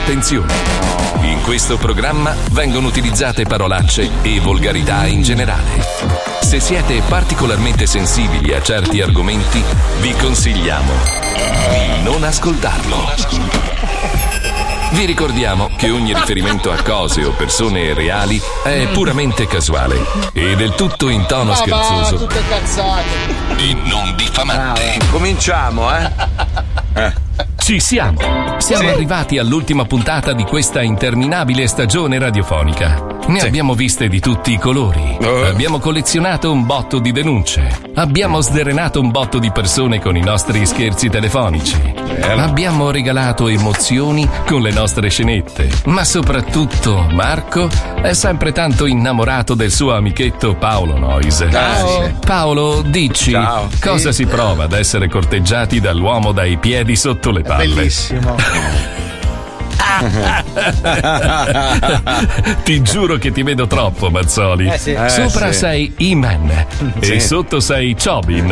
Attenzione! In questo programma vengono utilizzate parolacce e volgarità in generale. Se siete particolarmente sensibili a certi argomenti, vi consigliamo di non ascoltarlo. Vi ricordiamo che ogni riferimento a cose o persone reali è puramente casuale e del tutto in tono scherzoso. Tutte cazzate. E non diffamante. Cominciamo, Ci siamo! Siamo arrivati all'ultima puntata di questa interminabile stagione radiofonica. Ne abbiamo viste di tutti i colori. Abbiamo collezionato un botto di denunce. Abbiamo sdrenato un botto di persone con i nostri scherzi telefonici. Abbiamo regalato emozioni con le nostre scenette. Ma soprattutto Marco è sempre tanto innamorato del suo amichetto Paolo Noyes. Paolo, dici, cosa si prova ad essere corteggiati dall'uomo dai piedi sotto le palle? Bellissimo. Ti giuro che ti vedo troppo, Mazzoli. Sopra sei E-Man e sotto sei Chobin.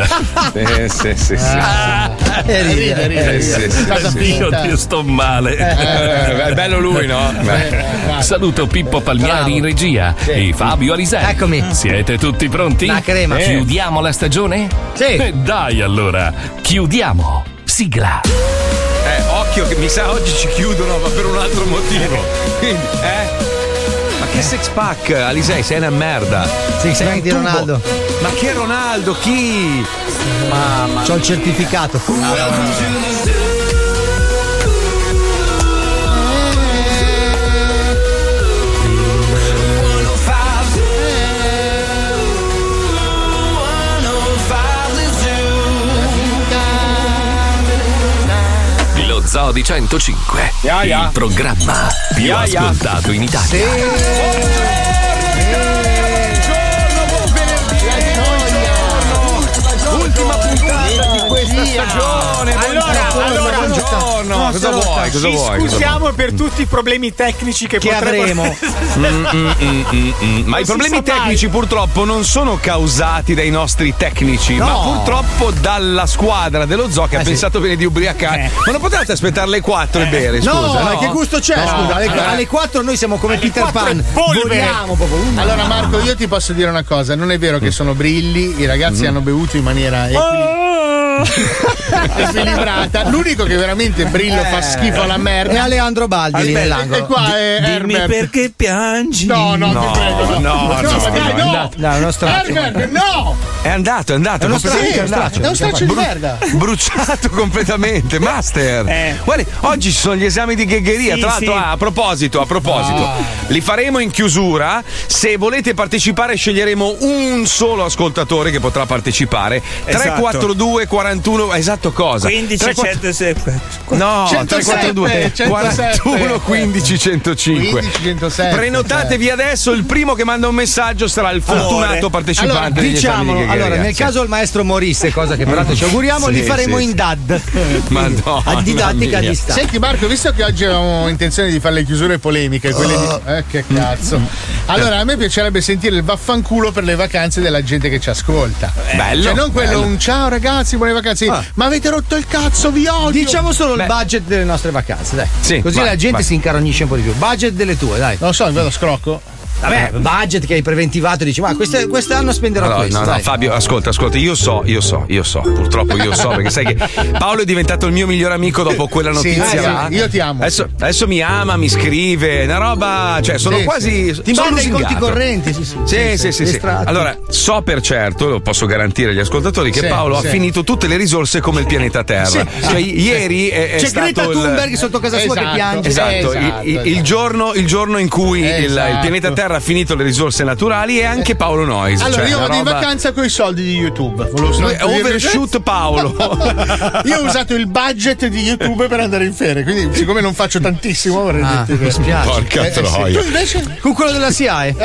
Io ti sto male. È bello lui, no? Saluto Pippo Palmieri in regia e Fabio Alisei. Eccomi. Siete tutti pronti? La crema. Chiudiamo la stagione? Sì. Dai allora, chiudiamo. Sigla. Occhio che mi sa oggi ci chiudono, ma per un altro motivo. Quindi, Ma che six pack, Alisei, sei una merda. Six pack di Ronaldo. Ma che Ronaldo? Chi? Mamma. C'ho il certificato. Zoo di 105, il programma più ascoltato in Italia. Ultima puntata di questa stagione. Allora, buongiorno. Cosa vuoi? Scusiamo per tutti i problemi tecnici che avremo. Ma i problemi tecnici purtroppo non sono causati dai nostri tecnici, ma purtroppo dalla squadra dello zoo che ha pensato bene di ubriacare. Ma non potete aspettare alle 4 e bere, scusa? No, che gusto c'è? Scusa, alle 4 noi siamo come Peter Pan. Voliamo proprio. Allora Marco, io ti posso dire una cosa, non è vero che sono brilli, i ragazzi hanno bevuto in maniera equilibrata. L'unico che veramente brillo fa schifo alla merda è Alejandro Baldi lì nell'angolo. E qua è dimmi Herbert. Perché piangi? No, ti prego. No. No, uno straccio. Herbert, no! È andato. È uno straccio di merda. Bruciato completamente, Master. Guardi, oggi ci sono gli esami di ghegheria. Tra l'altro, a proposito, li faremo in chiusura. Se volete partecipare, sceglieremo un solo ascoltatore che potrà partecipare. 342 41, esatto cosa? 15 107. No, 107, 342 41 15 105. 107. Prenotatevi adesso, il primo che manda un messaggio sarà il fortunato partecipante degli esami di ghegheria. Allora, nel caso il maestro morisse, cosa che peraltro ci auguriamo, li faremo in DAD. Madonna, a didattica a distanza. Senti Marco, visto che oggi avevamo intenzione di fare le chiusure polemiche, quelle di che cazzo. Allora, a me piacerebbe sentire il vaffanculo per le vacanze della gente che ci ascolta. Bello. Cioè non quello un ciao ragazzi, buone vacanze. Ma avete rotto il cazzo, vi odio. Diciamo solo il budget delle nostre vacanze, dai. Sì, così la gente si incarognisce un po' di più. Budget delle tue, dai. Non lo so, mi vedo scrocco. Vabbè, budget che hai preventivato, dici, ma quest'anno spenderò questo. No, Fabio, ascolta, io so, purtroppo io so, perché sai che Paolo è diventato il mio migliore amico dopo quella notizia. Io ti amo. Adesso mi ama, mi scrive, una roba, cioè sono quasi. Ti manda i conti correnti, Sì. Allora, so per certo, lo posso garantire agli ascoltatori, che Paolo ha finito tutte le risorse come il pianeta Terra. Cioè, ieri è c'è stato Greta Thunberg sotto casa sua che piange. Esatto. Il giorno in cui il pianeta Terra ha finito le risorse naturali e anche Paolo Noyes. Allora io vado in vacanza con i soldi di YouTube. Overshoot Paolo. Io ho usato il budget di YouTube per andare in ferie, quindi siccome non faccio tantissimo vorrei dirti. Mi spiace. Porca troia. Tu invece? Con quello della SIAE.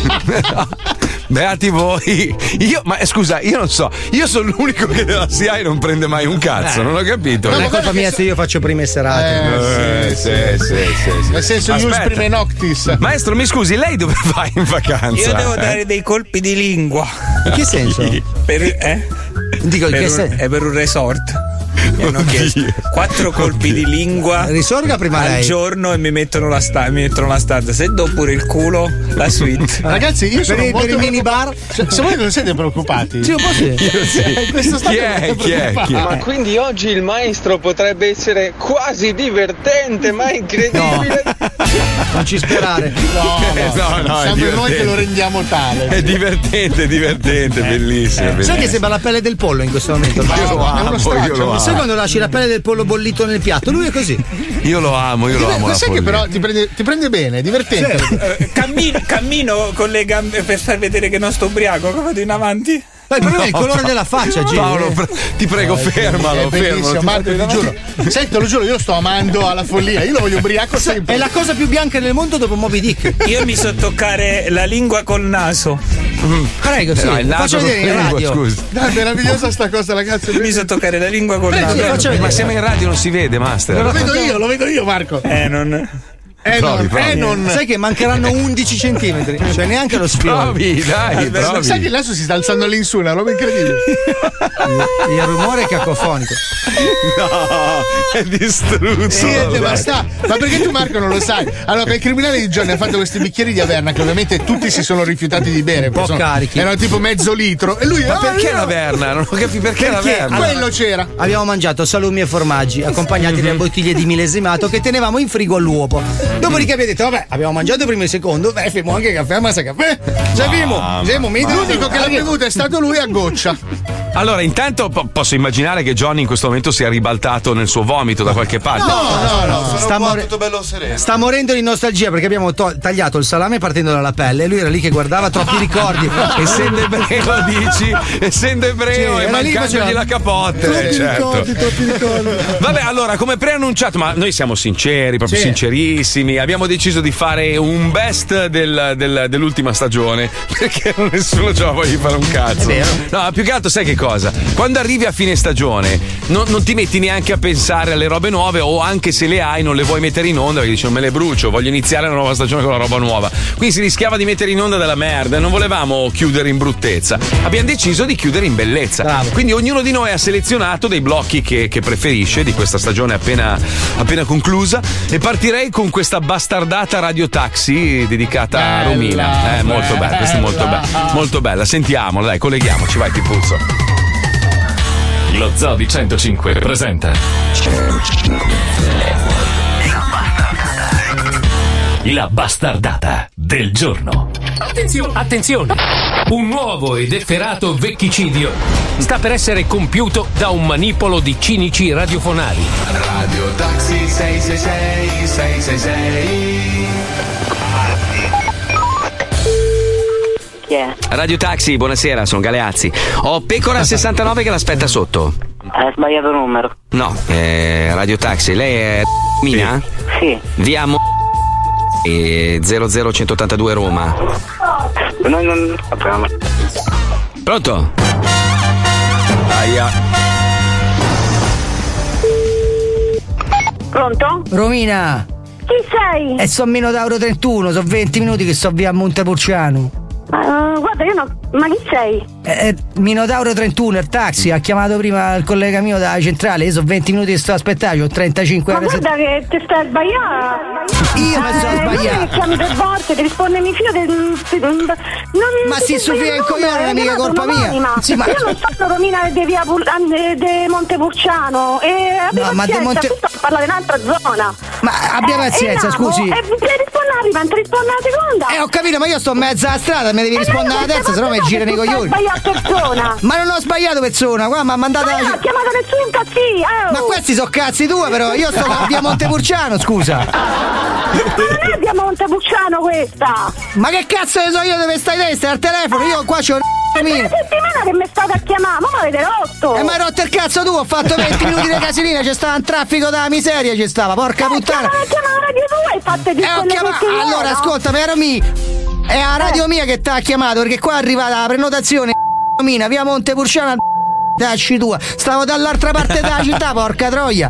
Beati voi. Scusa, io non so. Io sono l'unico che della SIAE non prende mai un cazzo, non ho capito. Non è colpa mia se io faccio prime serate. Sì. Nel senso use prime noctis. Maestro, mi scusi, lei dove va in vacanza? Io devo dare dei colpi di lingua. In che senso? Dico, è per un resort. Mi hanno chiesto 4 colpi di lingua risorga prima al lei giorno e mi mettono la stanza. Se do pure il culo, la suite. Ragazzi, io sono per il mini bar. Se voi non siete preoccupati. Sì, un po' sì. Questo stato Chi è? Ma quindi oggi il maestro potrebbe essere quasi divertente, ma incredibile. Non ci sperare. No, è sempre noi che lo divertente. rendiamo tale. È divertente, bellissimo. Sai che sembra la pelle del pollo in questo momento? Io lo amo, io lo Sai amo. quando lasci la pelle del pollo bollito nel piatto? Lui è così. Io lo amo. Ma sai che però ti prende bene, è divertente. Cammino con le gambe per far vedere che non sto ubriaco. Come vado in avanti? Ma il problema è il colore della faccia, Gigi. Paolo, ti prego, fermalo. È bellissimo, Marco, ti giuro. Senti, te lo giuro, io lo sto amando alla follia. Io lo voglio ubriaco sempre. È la cosa più bianca nel mondo dopo Moby Dick. Io mi so toccare la lingua col naso. Prego, sì. No, il naso Faccio vedere in con la lingua, radio. scusi. Dai, è meravigliosa sta cosa, ragazzi. Mi so toccare la lingua col naso. Faccio vedere. Ma siamo in radio, non si vede, Master. Lo vedo io, Marco. Non. Non. Sai che mancheranno 11 centimetri. Cioè neanche lo spione. Provi. Sai che adesso si sta alzando all'insù, una roba incredibile. Il rumore è cacofonico. No, è distrutto. Niente, basta. Ma perché tu, Marco, non lo sai? Allora, per il criminale di Johnny ha fatto questi bicchieri di Averna che ovviamente tutti si sono rifiutati di bere. Un po' carichi. Erano tipo mezzo litro. E lui, Ma perché la Verna? Non ho capito perché la Verna. Quello c'era. Abbiamo mangiato salumi e formaggi accompagnati da bottiglie di millesimato che tenevamo in frigo all'uopo. Dopodiché abbiamo detto, vabbè, abbiamo mangiato il primo e il secondo, fimo anche caffè, ma sa caffè. L'unico che l'ha bevuto è stato lui a goccia. Allora, intanto posso immaginare che Johnny in questo momento sia ribaltato nel suo vomito da qualche parte. No. Tutto bello sereno. Sta morendo di nostalgia perché abbiamo tagliato il salame partendo dalla pelle e lui era lì che guardava troppi ricordi. Essendo ebreo, dici? Essendo ebreo Sì, e era lì che mancandogli faceva- la capote. Certo. Troppi ricordi. Vabbè, allora, come preannunciato, ma noi siamo sinceri, proprio sincerissimi. Abbiamo deciso di fare un best dell'ultima stagione perché nessuno ce la voglia di fare un cazzo. No, più che altro, sai che cosa? Quando arrivi a fine stagione, non ti metti neanche a pensare alle robe nuove, o anche se le hai, non le vuoi mettere in onda perché dici non me le brucio, voglio iniziare la nuova stagione con la roba nuova. Quindi si rischiava di mettere in onda della merda, non volevamo chiudere in bruttezza. Abbiamo deciso di chiudere in bellezza. Bravo. Quindi ognuno di noi ha selezionato dei blocchi che preferisce di questa stagione appena conclusa e partirei con questa bastardata Radio Taxi dedicata a Romina. Molto bella, questa è molto bella. Molto bella, sentiamola, dai, colleghiamoci, vai Pipuzzo. Lo Zoo di 105 presenta La bastardata del giorno. Attenzione! Un nuovo ed efferato vecchicidio sta per essere compiuto da un manipolo di cinici radiofonari. Radio Taxi 666 666. Chi è? Radio Taxi, buonasera, sono Galeazzi. Ho Pecora 69 che l'aspetta sotto. Hai sbagliato numero. No, Radio Taxi, lei è Mina? Sì. Via 00182 Roma. Noi non sappiamo. Pronto? Aia. Pronto? Romina, Chi sei? sono Minotauro 31, sono 20 minuti che sto via a Montepulciano. Guarda, io no. Ma chi sei? Minotauro 31, il taxi, ha chiamato prima il collega mio dalla centrale, io sono 20 minuti che sto a aspettare, ho 35 Ma euro. guarda che ti stai sbagliando. Io mi sono sbagliato. Io chiami 2 volte, ti risponde mi fio del. Ma si suffica il coglione, non è mica colpa mia. Sì, ma- Io non sono Romina di via de Montepulciano. E abbiamo No, ma pazienza, de Monte- tu stai parlando di un'altra zona. Ma abbia pazienza, scusi. E ti risponde la prima, non ti risponde la seconda. Ho capito, ma io sto in mezzo alla strada, mi devi rispondere alla terza, sennò mi girano i coglioni. Ma sbagliato persona. Ma non ho sbagliato persona, qua mi ha mandato. Ma non ha chiamato nessun taxi. Ma questi sono cazzi tua, però io sto a via Montepulciano, scusa. Ma non è via Montepulciano questa. Ma che cazzo ne so io dove stai te? Stai al telefono, io qua c'ho È una settimana che mi state a chiamare, ma mi avete rotto. ma hai rotto il cazzo tu, ho fatto 20 minuti di casinina, c'è stava un traffico della miseria, c'è stava, porca puttana. Chiama la radio tua e fate di Ho quelle chiamato, che ti allora vogliono. ascolta, è la radio mia che ti ha chiamato, perché qua è arrivata la prenotazione Mina, via Montepulciano, dacci tua, stavo dall'altra parte della città, porca troia.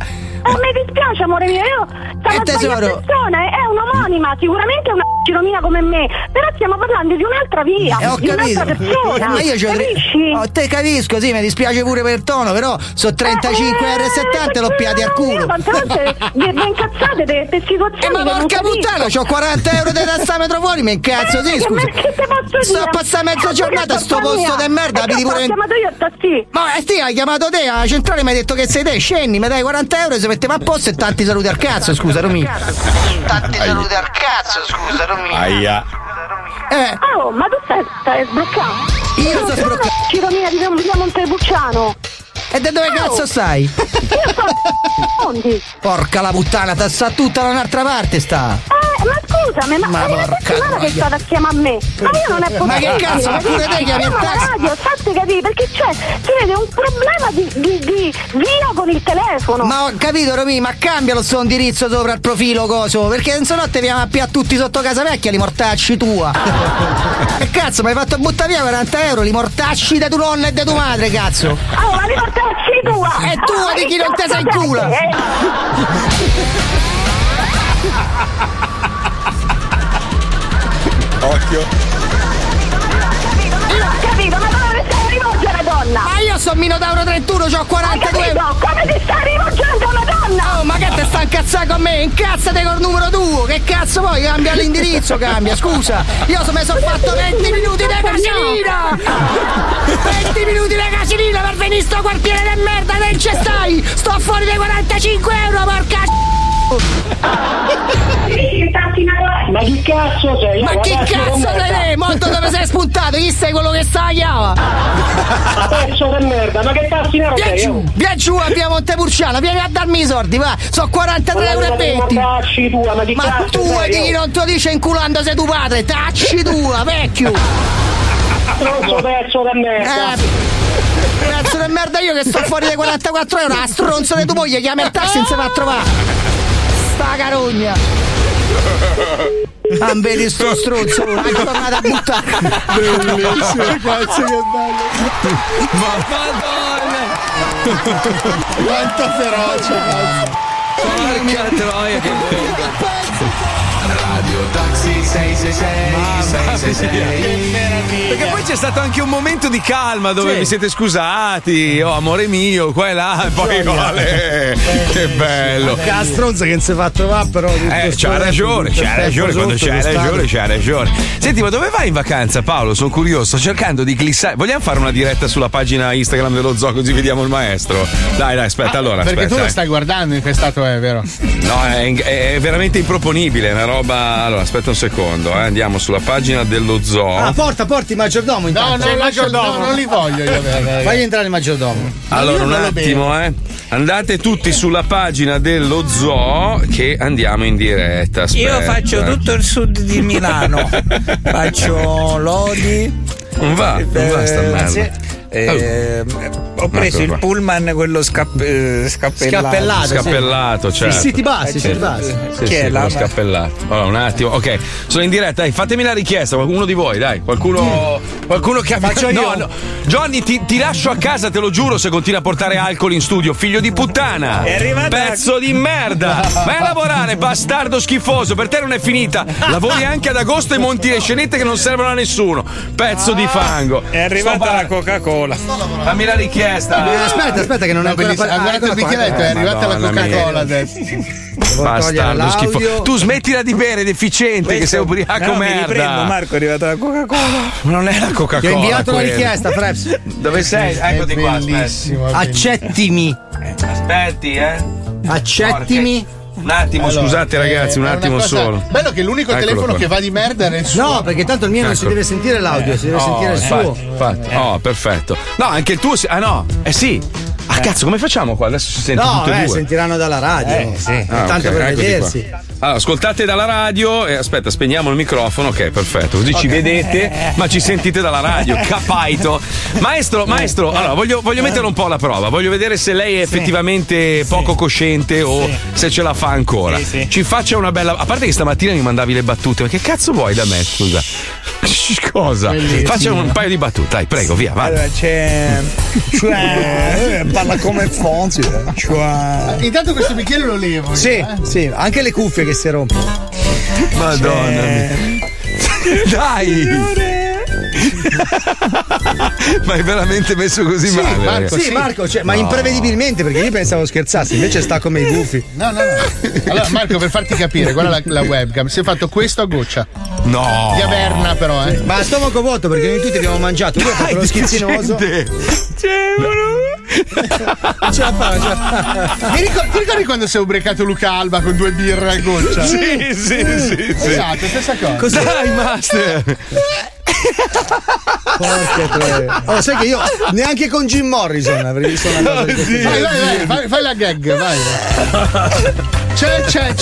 mi dispiace, amore mio, io questa persona è un'omonima, sicuramente è una Romina come me, però stiamo parlando di un'altra via, ho di un'altra capito. persona. Ma io capisci? Te capisco, sì, mi dispiace pure per il tono, però sono 35 R70 l'ho piati al culo. Tante volte vi incazzate per situazioni. Ma porca puttana, c'ho 40 euro di tassametro fuori, mi incazzo, sì, scusa. Che te posso dire? Sto a passare mezza giornata a sto posto di merda, mi pure. Ho chiamato io il tassì. Ma sì, hai chiamato te, alla centrale mi hai detto che sei te, scendi, mi dai 40 euro e si metteva a posto e tanti saluti al cazzo, scusa, Romì. Tanti saluti al cazzo, scusa, Romì. Aia. Oh, ma tu stai sbloccato? Io sto sbloccato. Romina di Montepulciano. E da dove cazzo stai? Io sto Fondi. Porca la puttana, sta tutta da un'altra parte sta. Ma scusami, ma è una settimana che state a chiamare a me. Ma io non è possibile. Ma che cazzo, ma pure te chiami il taxi? Radio, fatti capire, perché c'è, si vede un problema di via con il telefono. Ma ho capito, Romì, ma cambialo sto indirizzo sopra il profilo coso, perché se no te vi a tutti sotto casa vecchia, li mortacci tua. Che cazzo, mi hai fatto buttare via 40 euro, li mortacci da tua nonna e da tua madre, cazzo. Oh, ma li mortacci tua! È tua di chi non te sei in culo! Occhio. Io ho capito, ma dove stai rivolgere donna? Ma io sono Minotauro 31, c'ho 42 euro. Come ti stai rivolgendo a una donna? Oh, ma che te sta incazzando con me? Incazzate col numero tuo! Che cazzo vuoi? Cambia l'indirizzo, cambia, scusa! Io mi sono fatto 20 minuti di casinina! 20 minuti di casinina per venire sto quartiere di merda, non ci stai! Sto fuori dei 45 euro, porca Ma che cazzo sei? Ma che cazzo sei te? Molto dove sei spuntato? Chi sei quello che sta a chiava? Ma pezzo di merda, ma che tassino sei? Vieni giù a via Montepulciano, vieni a darmi i soldi, va! Sono 43,20 euro. Ma tu di chi non te lo dice inculando sei tu padre, tacci tua, vecchio! Stronzo pezzo di merda! Pezzo di merda io che sto fuori dai 44 euro, la stronza di tua moglie chiama il taxi e non si va a trovare! Sta carogna! Ah, vedi sto stronzo, hai tornato a buttare! Bellissimo, cazzo che bello! Madonna! Quanta ferocia, cazzo! Porca troia che Radio Taxi 666. Perché poi c'è stato anche un momento di calma dove vi siete scusati, oh amore mio, qua e là, e poi vale. Che bello. La stronza che non si fa trovare, però. C'ha ragione, quando c'ha ragione. Senti, ma dove vai in vacanza, Paolo? Sono curioso, sto cercando di clissare. Vogliamo fare una diretta sulla pagina Instagram dello zoo così vediamo il maestro? Dai, aspetta, allora. Perché aspetta, tu lo stai guardando in questato, è vero? No, è veramente improponibile, è una roba. Allora, aspetta un secondo, andiamo sulla pagina dello zoo. Ah, porti il maggiordomo intanto. No, il maggiordomo non li voglio io. Fai entrare il maggiordomo. Allora, un attimo, andate tutti sulla pagina dello zoo che andiamo in diretta. Aspetta. Io faccio tutto il sud di Milano. Faccio Lodi. Non va sta merda. Ho preso il pullman, quello scappellato, certo. Il City Bus, Sì, che è lo scappellato. Allora, un attimo, ok, sono in diretta, dai, fatemi la richiesta, qualcuno di voi, dai, qualcuno che faccio io. No. Johnny, ti lascio a casa, te lo giuro, se continui a portare alcol in studio, figlio di puttana. È arrivata pezzo di merda. Vai a lavorare, bastardo schifoso, per te non è finita. Lavori anche ad agosto e monti le scenette che non servono a nessuno. Pezzo di fango. È arrivata la Coca-Cola. Fammi la richiesta. Aspetta che non è ancora ha guardato il bicchieretto, è arrivata la Coca-Cola adesso. Bastardo schifo. Tu smettila di bere, deficiente, che sei ubriaco no, merda. Mi riprendo, Marco, è arrivata la Coca-Cola. Ma non è la Coca-Cola. Ti ho inviato quella. la richiesta, Freps. Dove sei? Eccoti qua. Bellissimo. Accettimi. Aspetti, Accettimi. Un attimo, allora, scusate ragazzi, un attimo solo. Bello che l'unico telefono che va di merda è il suo. No, perché tanto il mio non si deve sentire l'audio, si deve sentire il suo. Infatti. Oh, perfetto. No, anche il tuo. Ah, no. Sì. Ah, cazzo, come facciamo qua? Adesso si sente tutte e due. Sentiranno dalla radio. Sì. Tanto per vedersi. Allora, ascoltate dalla radio e aspetta, spegniamo il microfono. Ok, perfetto. Così ci vedete, ma ci sentite dalla radio. Capaito. Maestro, allora voglio mettere un po' alla prova. Voglio vedere se lei è effettivamente poco cosciente o se ce la fa ancora. Ci faccia una bella. A parte che stamattina mi mandavi le battute, ma che cazzo vuoi da me, scusa? Cosa? Faccia un paio di battute, dai, prego, via, vai. Allora c'è. Parla come Fonzi. Intanto questo bicchiere lo levo. Sì, anche le cuffie che si rompono. Madonna mia. Dai! Ma è veramente messo così male? Marco, Marco, ma imprevedibilmente, perché io pensavo scherzassi, invece sta come i gufi. No. Allora, Marco, per farti capire, guarda la webcam, si è fatto questo a goccia. No! Di Averna, però, Ma a stomaco vuoto, perché noi tutti abbiamo mangiato. Lui ha fatto lo schizzinoso. Non ce la fa. Ti ricordi quando si è ubriacato Luca Alba con 2 birre a goccia? Sì. Esatto, stessa cosa. Dai, Master! Oh, sai che io neanche con Jim Morrison avrei visto una cosa di questo genere. Vai, fai la gag, vai. C'è.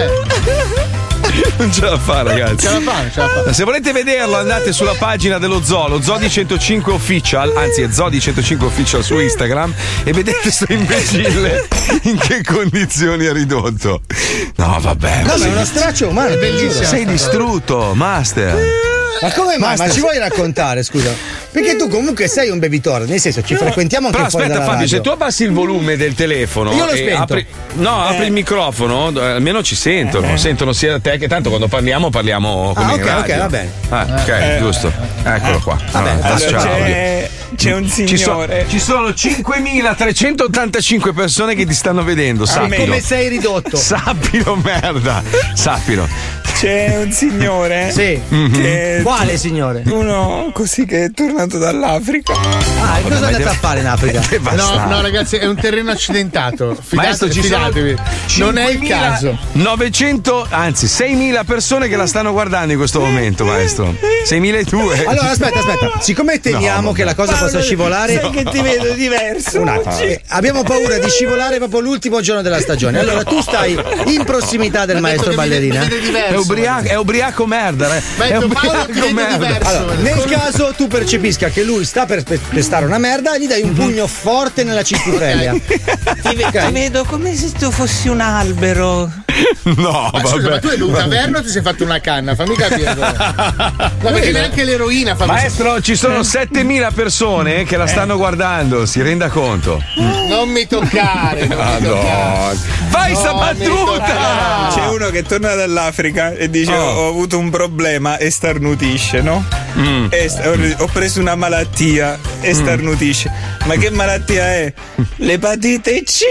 Non ce la fa, ragazzi. Ce la fa. Se volete vederlo, andate sulla pagina dello Zoo, lo Zoo di 105 Official, anzi è Zoo di 105 Official su Instagram, e vedete sto imbecille in che condizioni è ridotto. No, vabbè. No, ma è uno straccio umano, bellissimo. Sei distrutto, Master. Ma come mai? Ma ci vuoi raccontare, scusa? Perché tu comunque sei un bevitore, nel senso ci frequentiamo anche però fuori aspetta, dalla Fabio, radio. se tu abbassi il volume del telefono io lo e spento. apri il microfono, almeno ci sentono. Sentono sia da te che tanto quando parliamo come in radio. Ok, va bene. Ok, giusto. Eccolo qua. C'è un signore. Ci sono 5.385 persone che ti stanno vedendo. Sappilo. Come sei ridotto? Sappilo, merda. Sappilo. C'è un signore. Sì. Che Quale signore? Uno così che è tornato dall'Africa. E cosa è andato a fare in Africa? No, ragazzi, è un terreno accidentato. Maestro, Fidatevi. Non è il caso. 900, anzi 6.000 persone che la stanno guardando in questo momento, maestro. 6.200. Allora, aspetta. Siccome temiamo che la cosa possa scivolare. Sai che ti vedo diverso. Un attimo. Abbiamo paura di scivolare proprio l'ultimo giorno della stagione. Allora, tu stai in prossimità del maestro Ballerina. È ubriaco merda. È ubriaco merda. Allora, nel caso tu percepisca che lui sta per pestare una merda, gli dai un pugno forte nella cistiprellia. Ti vedo come se tu fossi un albero. No, scusa, ma tu hai bevuto Averno o ti sei fatto una canna? Fammi capire. Ma perché neanche l'eroina fa. Maestro, ci sono 7.000 persone che la stanno guardando, si renda conto. Non mi toccare. Fai sta battuta! C'è uno che torna dall'Africa e dice: ho avuto un problema e starnutisce, no? Ho preso una malattia e starnutisce. Ma che malattia è? L'epatite C.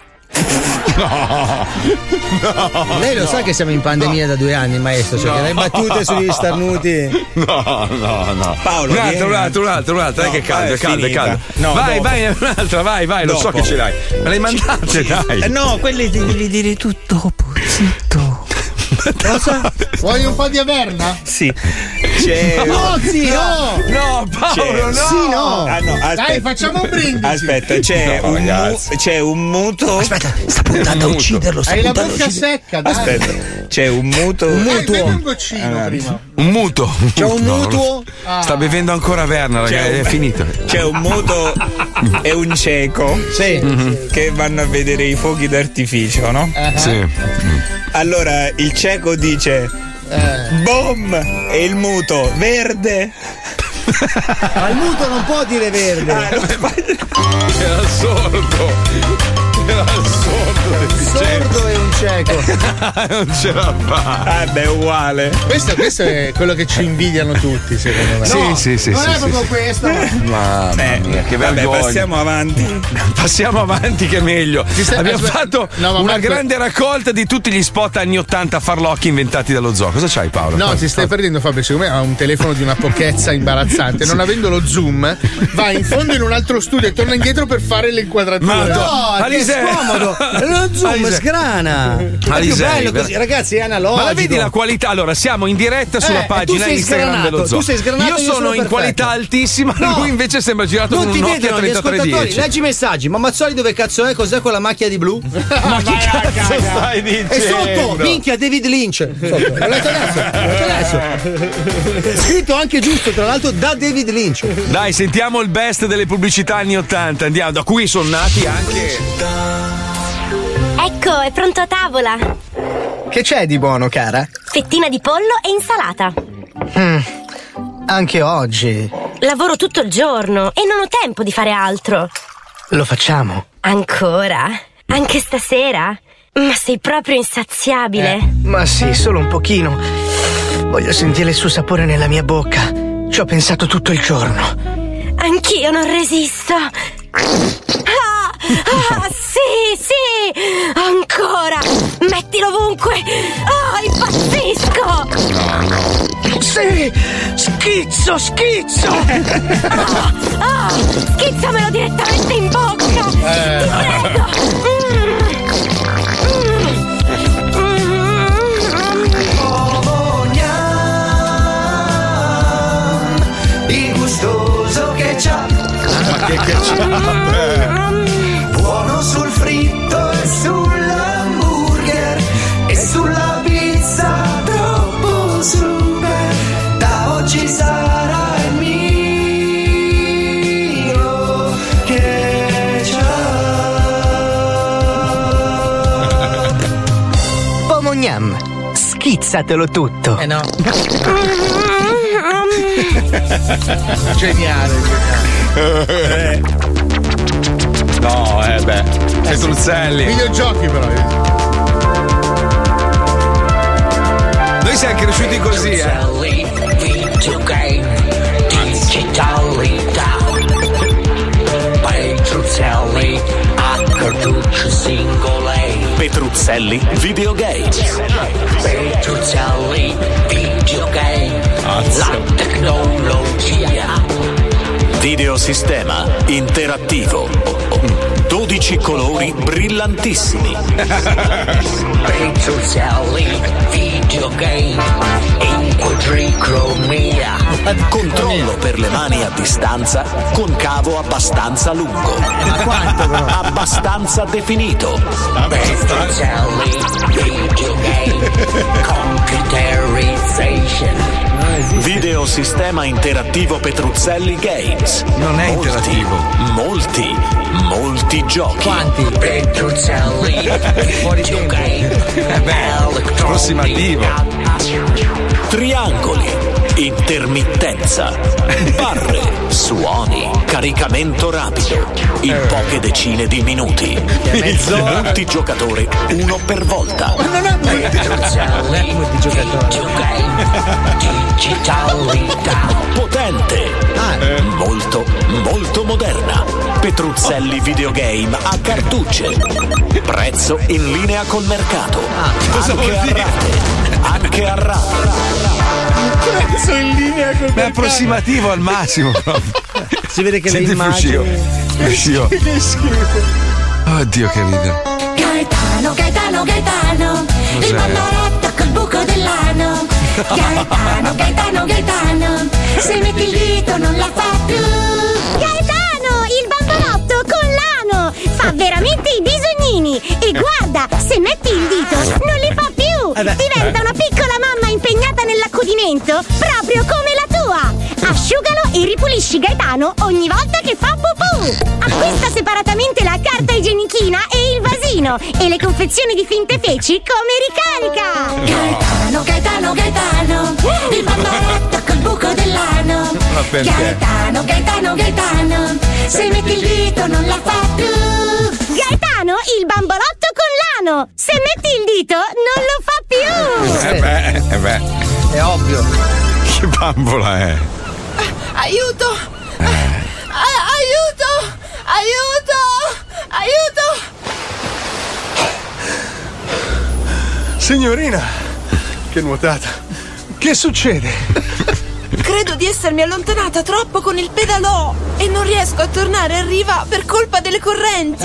No. Lei lo sa che siamo in pandemia da 2 anni, maestro, cioè che le battute sugli starnuti. No. Paolo, un altro, dai, che è caldo. No, vai, un'altra, vai, lo dopo. so che ce l'hai. Me l'hai mandate, dai. No, quelli devi dire tu dopo, zitto. Cosa? Vuoi un po' di Averna? Sì. C'è. No, Paolo, no. Sì, no. Dai, facciamo un brindisi. Aspetta, c'è un muto. Aspetta, sta puntando a ucciderlo. Hai la bocca secca, dai. Aspetta, c'è un muto. Bevi un goccino prima. Un muto. C'è un mutuo. Sta bevendo ancora Verna, ragazzi, è finito. C'è un muto e un cieco che vanno a vedere i fuochi d'artificio, no? Sì. Allora il cieco dice bom e il muto verde. Ma il muto non può dire verde. Era sordo. Sordo e un cieco. Non ce la fa. Beh, è uguale. Questo è quello che ci invidiano tutti, secondo me. No, Sì. non è proprio questo. Mamma mia, che vergogna. Vabbè, Passiamo avanti che è meglio. Abbiamo fatto una Marco... grande raccolta di tutti gli spot anni 80 farlocchi inventati dallo zoo. Cosa c'hai, Paolo? No, ti stai perdendo, Fabio. Secondo me ha un telefono di una pochezza imbarazzante. Non avendo lo zoom, va in fondo in un altro studio e torna indietro per fare le inquadrature. È scomodo. Lo zoom sgrana. È più bello così, ragazzi, è analogico. Ma la vedi la qualità? Allora, siamo in diretta sulla pagina Instagram dello zoo. Tu sei sgranato, io sono in qualità altissima, lui invece sembra girato con un Nokia 3310. Leggi i messaggi. Ma Mazzoli dove cazzo è? Cos'è quella macchia di blu? Ma che cazzo stai dicendo? E sotto, minchia, David Lynch. L'ho letto adesso. Scritto anche giusto, tra l'altro, da David Lynch. Dai, sentiamo il best delle pubblicità anni 80. Andiamo, da cui sono nati anche. Ecco, è pronto a tavola. Che c'è di buono, cara? Fettina di pollo e insalata. Anche oggi. Lavoro tutto il giorno e non ho tempo di fare altro. Lo facciamo. Ancora? Anche stasera? Ma sei proprio insaziabile. Ma sì, solo un pochino. Voglio sentire il suo sapore nella mia bocca. Ci ho pensato tutto il giorno. Anch'io non resisto. Sì, ancora. Mettilo ovunque. Impazzisco. Sì, schizzo. Schizzamelo direttamente in bocca. Ti prego. Il gustoso ketchup. Ma che ketchup? Buono sul fritto e sull'hamburger e sulla pizza troppo super. Da oggi sarà il mio ketchup. Pomognam, schizzatelo tutto. No. Geniale. No, Petruzzelli. Videogiochi però. Noi siamo cresciuti così, Petruzzelli a cartucce singole. Petruzzelli Videogames. Petruzzelli Videogame. La tecnologia. Videosistema interattivo. 12 colori brillantissimi. Petruzzelli Videogame in quadricromia. Controllo per le mani a distanza con cavo abbastanza lungo. Abbastanza definito. Petruzzelli Videogame Computerization. Videosistema interattivo Petruzzelli Games. Non è interattivo. Molti giochi. Quanti? Petruzzelli Videogame. Approssimativo. Triangoli, intermittenza, barre, suoni, caricamento rapido, in poche decine di minuti. Multigiocatore, uno per volta. Ma non è multigiocatore. Digitalità. Potente. Molto moderna. Petruzzelli Videogame a cartucce. Prezzo in linea col mercato. Anche a rate. Prezzo in linea col mercato. È approssimativo al massimo proprio. Si vede che senti le immagini. Fruscio. Che schifo. Oddio che ridere. Gaetano, il bambolotto col buco dell'ano. Gaetano, se metti il dito non la fa più. Gaetano, il bambolotto con l'ano fa veramente i bisognini. E guarda, se metti il dito non li fa più. Diventa una piccola mamma impegnata nell'accudimento, proprio come la tua. Asciugalo e ripulisci Gaetano ogni volta che fa pupù. Acquista separatamente la carta igienichina e il vasino e le confezioni di finte feci come ricarica. Gaetano, il bambolotto col buco dell'ano. Ma perché? Gaetano, se metti il dito non la fa più. Gaetano, il bambolotto con l'ano. Se metti il dito non lo fa più. È ovvio. Che bambola è? Aiuto! Aiuto! Signorina, che nuotata. Che succede? Credo di essermi allontanata troppo con il pedalò e non riesco a tornare a riva per colpa delle correnti.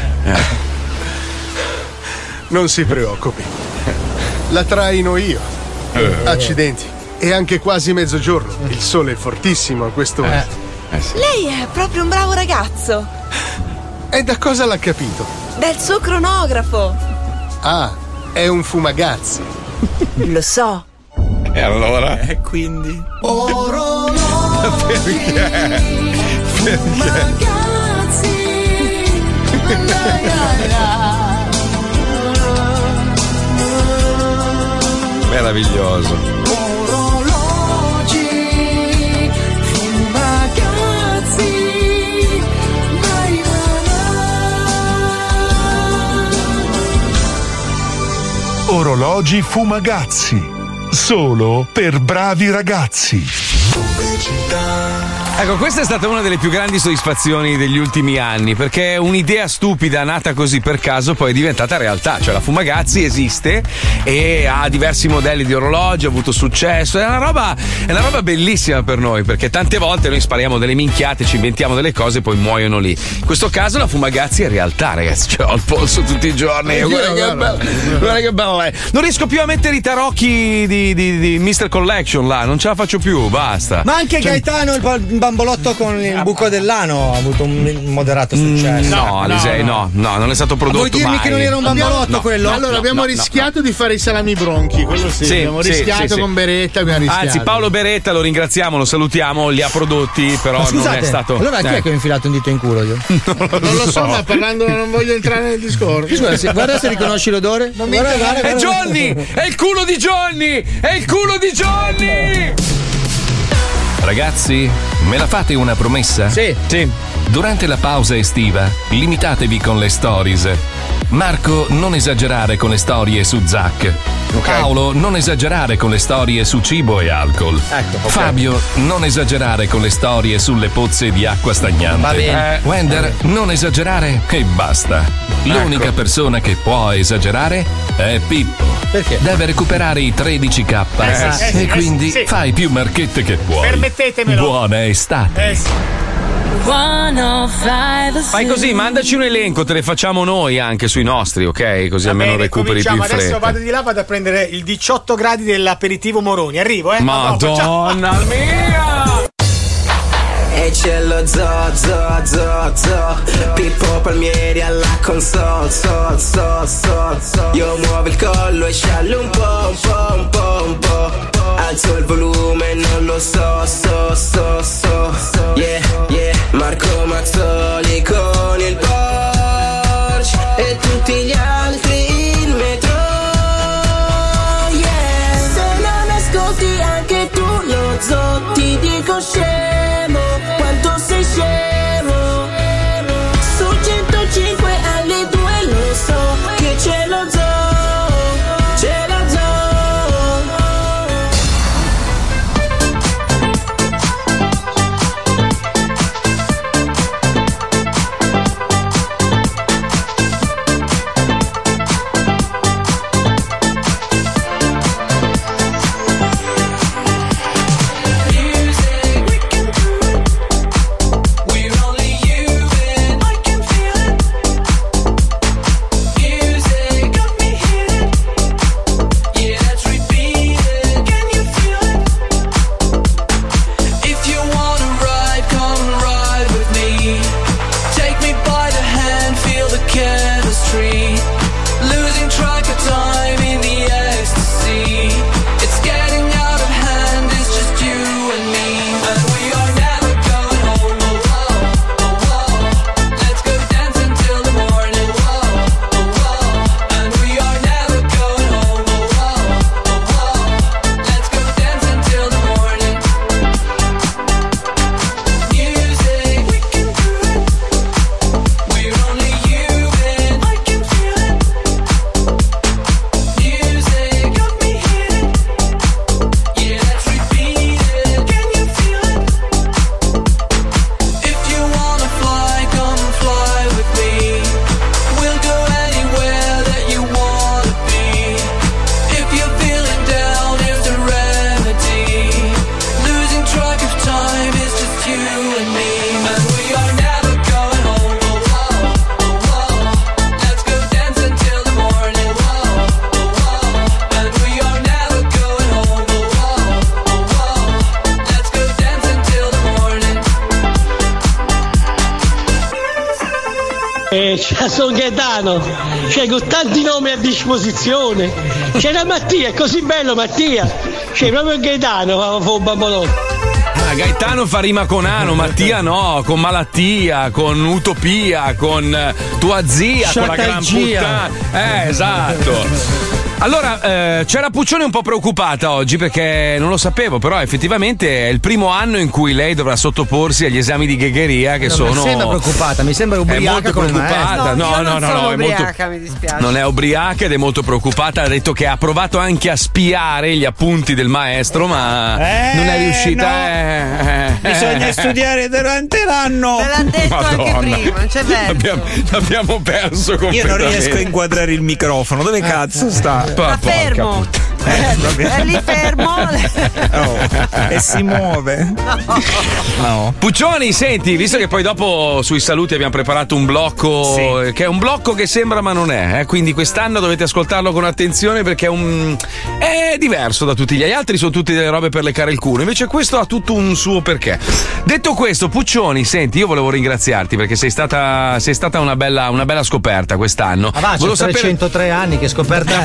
Non si preoccupi. La traino io. Accidenti. È anche quasi mezzogiorno. Il sole è fortissimo a quest'ora. Lei è proprio un bravo ragazzo. E da cosa l'ha capito? Dal suo cronografo. Ah, è un fumagazzi. Lo so. E allora? Quindi? Perché? Meraviglioso. Orologi Fumagazzi. Solo per bravi ragazzi. Ecco, questa è stata una delle più grandi soddisfazioni degli ultimi anni, perché un'idea stupida nata così per caso poi è diventata realtà. Cioè la Fumagazzi esiste e ha diversi modelli di orologi, ha avuto successo, è una roba bellissima per noi, perché tante volte noi spariamo delle minchiate, ci inventiamo delle cose e poi muoiono lì. In questo caso la Fumagazzi è realtà, ragazzi, cioè, ho il polso tutti i giorni. Guarda che bello è. Non riesco più a mettere i tarocchi di Mr. Collection là, non ce la faccio più, basta. Ma anche Gaetano il bambolotto con il buco dell'ano ha avuto un moderato successo. No, Alisei, no, non è stato prodotto mai. Vuoi dirmi che non era un bambolotto quello? Allora abbiamo rischiato di fare i salami bronchi, quello sì. Abbiamo rischiato con Beretta, Anzi, Paolo Beretta lo ringraziamo, lo salutiamo, li ha prodotti, però scusate, non è stato. Allora chi è che ha infilato un dito in culo io? Non lo so, ma parlando non voglio entrare nel discorso. Scusa, guarda se riconosci l'odore. Guarda. È Johnny! È il culo di Johnny! È il culo di Johnny! Ragazzi, me la fate una promessa? Sì. Durante la pausa estiva, limitatevi con le stories. Marco, non esagerare con le storie su Zac. Paolo, non esagerare con le storie su cibo e alcol. Ecco, Fabio, non esagerare con le storie sulle pozze di acqua stagnante. Va bene. Wender, non esagerare e basta. L'unica persona che può esagerare è Pippo. Perché? Deve recuperare i 13k e quindi fai più marchette che puoi. Permettetemelo. Buona estate. Fai così, mandaci un elenco, te le facciamo noi anche sui nostri, ok? Così almeno recuperi più in fretta. Adesso vado di là, vado a prendere il 18 gradi dell'aperitivo Moroni. Arrivo, Madonna mia! E c'è lo zo, Pippo Palmieri alla console, Io muovo il collo e sciallo un po', alzo il volume, non lo so, yeah, Marco Mazzoli con il Porsche e tutti gli altri il metro, yeah. Se non ascolti anche tu lo zo, ti dico scemo, quanto sei scemo. Su 105 alle 2 lo so che c'è lo zo. Sono Gaetano, c'è con tanti nomi a disposizione. C'era Mattia, è così bello Mattia. C'è proprio Gaetano, bambolotto. Ma Gaetano fa rima con Ano, Mattia no, con malattia, con utopia, con tua zia, con la gran puttana. Esatto. Allora, c'era Puccioni un po' preoccupata oggi perché non lo sapevo, però effettivamente è il primo anno in cui lei dovrà sottoporsi agli esami di ghegheria che sono. Mi sembra preoccupata, mi sembra ubriaca. È molto preoccupata. No, è ubriaca, molto. Mi dispiace. Non è ubriaca ed è molto preoccupata. Ha detto che ha provato anche a spiare gli appunti del maestro, ma non è riuscita. Bisogna studiare durante l'anno. Me l'ha detto anche prima, non c'è verso. L'abbiamo perso completamente. Io non riesco a inquadrare il microfono. Dove cazzo sta? Sta fermo. È lì fermo. E si muove. No. Puccioni, senti, visto che poi dopo sui saluti abbiamo preparato un blocco che è un blocco che sembra ma non è, quindi quest'anno dovete ascoltarlo con attenzione perché è diverso da tutti gli altri, sono tutte delle robe per leccare il culo, invece questo ha tutto un suo perché. Detto questo, Puccioni, senti, io volevo ringraziarti perché sei stata una bella scoperta quest'anno. C'è 303 anni, che scoperta è?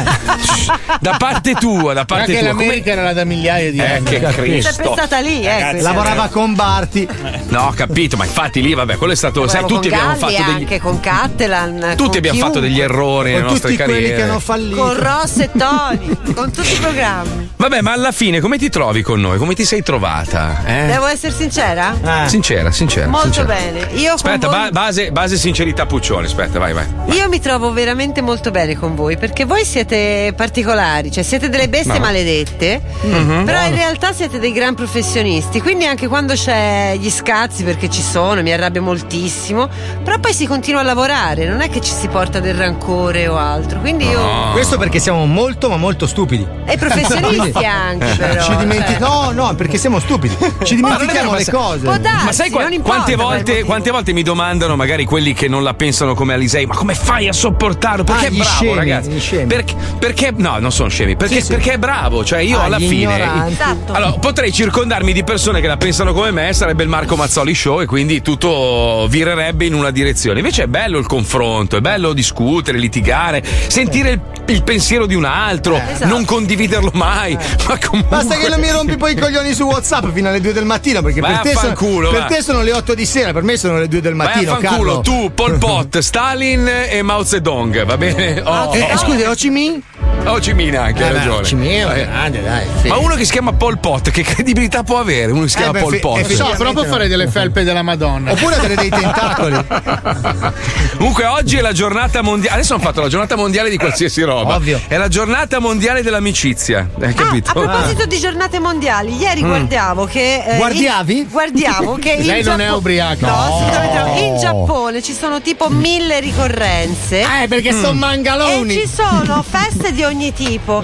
Da parte tua, Perché l'America era da migliaia di anni. Che Cristo. È sempre stata lì, lavorava con Barti. No, ho capito, ma infatti lì, vabbè, quello è stato. Sai, tutti abbiamo fatto anche con Cattelan. Tutti abbiamo fatto degli errori nelle nostre carriere. Quelli che hanno fallito. Con Ross e Tony, con tutti i programmi. Vabbè, ma alla fine come ti trovi con noi? Come ti sei trovata? Devo essere sincera? Sincera. Molto bene. Io aspetta, base sincerità Puccioni, aspetta, vai. Io mi trovo veramente molto bene con voi perché voi siete particolari, cioè siete delle bestie maledette, però in realtà siete dei gran professionisti, quindi anche quando c'è gli scazzi, perché ci sono, mi arrabbio moltissimo, però poi si continua a lavorare, non è che ci si porta del rancore o altro, quindi io... Questo perché siamo molto ma molto stupidi. E professionisti anche, però. No, perché siamo stupidi. Ci dimentichiamo le cose. Può darsi, ma sai quante volte mi domandano magari quelli che non la pensano come Alisei, ma come fai a sopportarlo? Perché è bravo, scemi, ragazzi. Perché no, non sono scemi, perché è bravo, cioè io alla fine esatto. Allora, potrei circondarmi di persone che la pensano come me, sarebbe il Marco Mazzoli Show e quindi tutto virerebbe in una direzione. Invece è bello il confronto, è bello discutere, litigare, sentire il pensiero di un altro, esatto. non condividerlo mai. Ma comunque... Basta che non mi rompi poi i coglioni su WhatsApp fino alle 2 del mattino, perché per te sono le 8 di sera, per me sono le 2 del mattino. Vai a fanculo, tu, Pol Pot, Stalin e Mao Zedong, va bene? Scusa, Ho Chi Minh? Ho Chi Minh anche, hai ragione. Ho Chi Minh è grande, dai. Sì. Ma uno che si chiama Pol Pot, che credibilità può avere? Uno che si chiama Pol Pot. Però può fare delle felpe della Madonna. Oppure avere dei tentacoli. Comunque oggi è la giornata mondiale. Adesso hanno fatto la giornata mondiale di qualsiasi roba. Ovvio. È la giornata mondiale dell'amicizia. Hai capito? A proposito di giornate mondiali, ieri guardavo che. Guardiamo che. Lei non è ubriaca. No, assolutamente no. In Giappone ci sono tipo 1000 ricorrenze. Perché sono mangaloni. E ci sono feste di ogni tipo.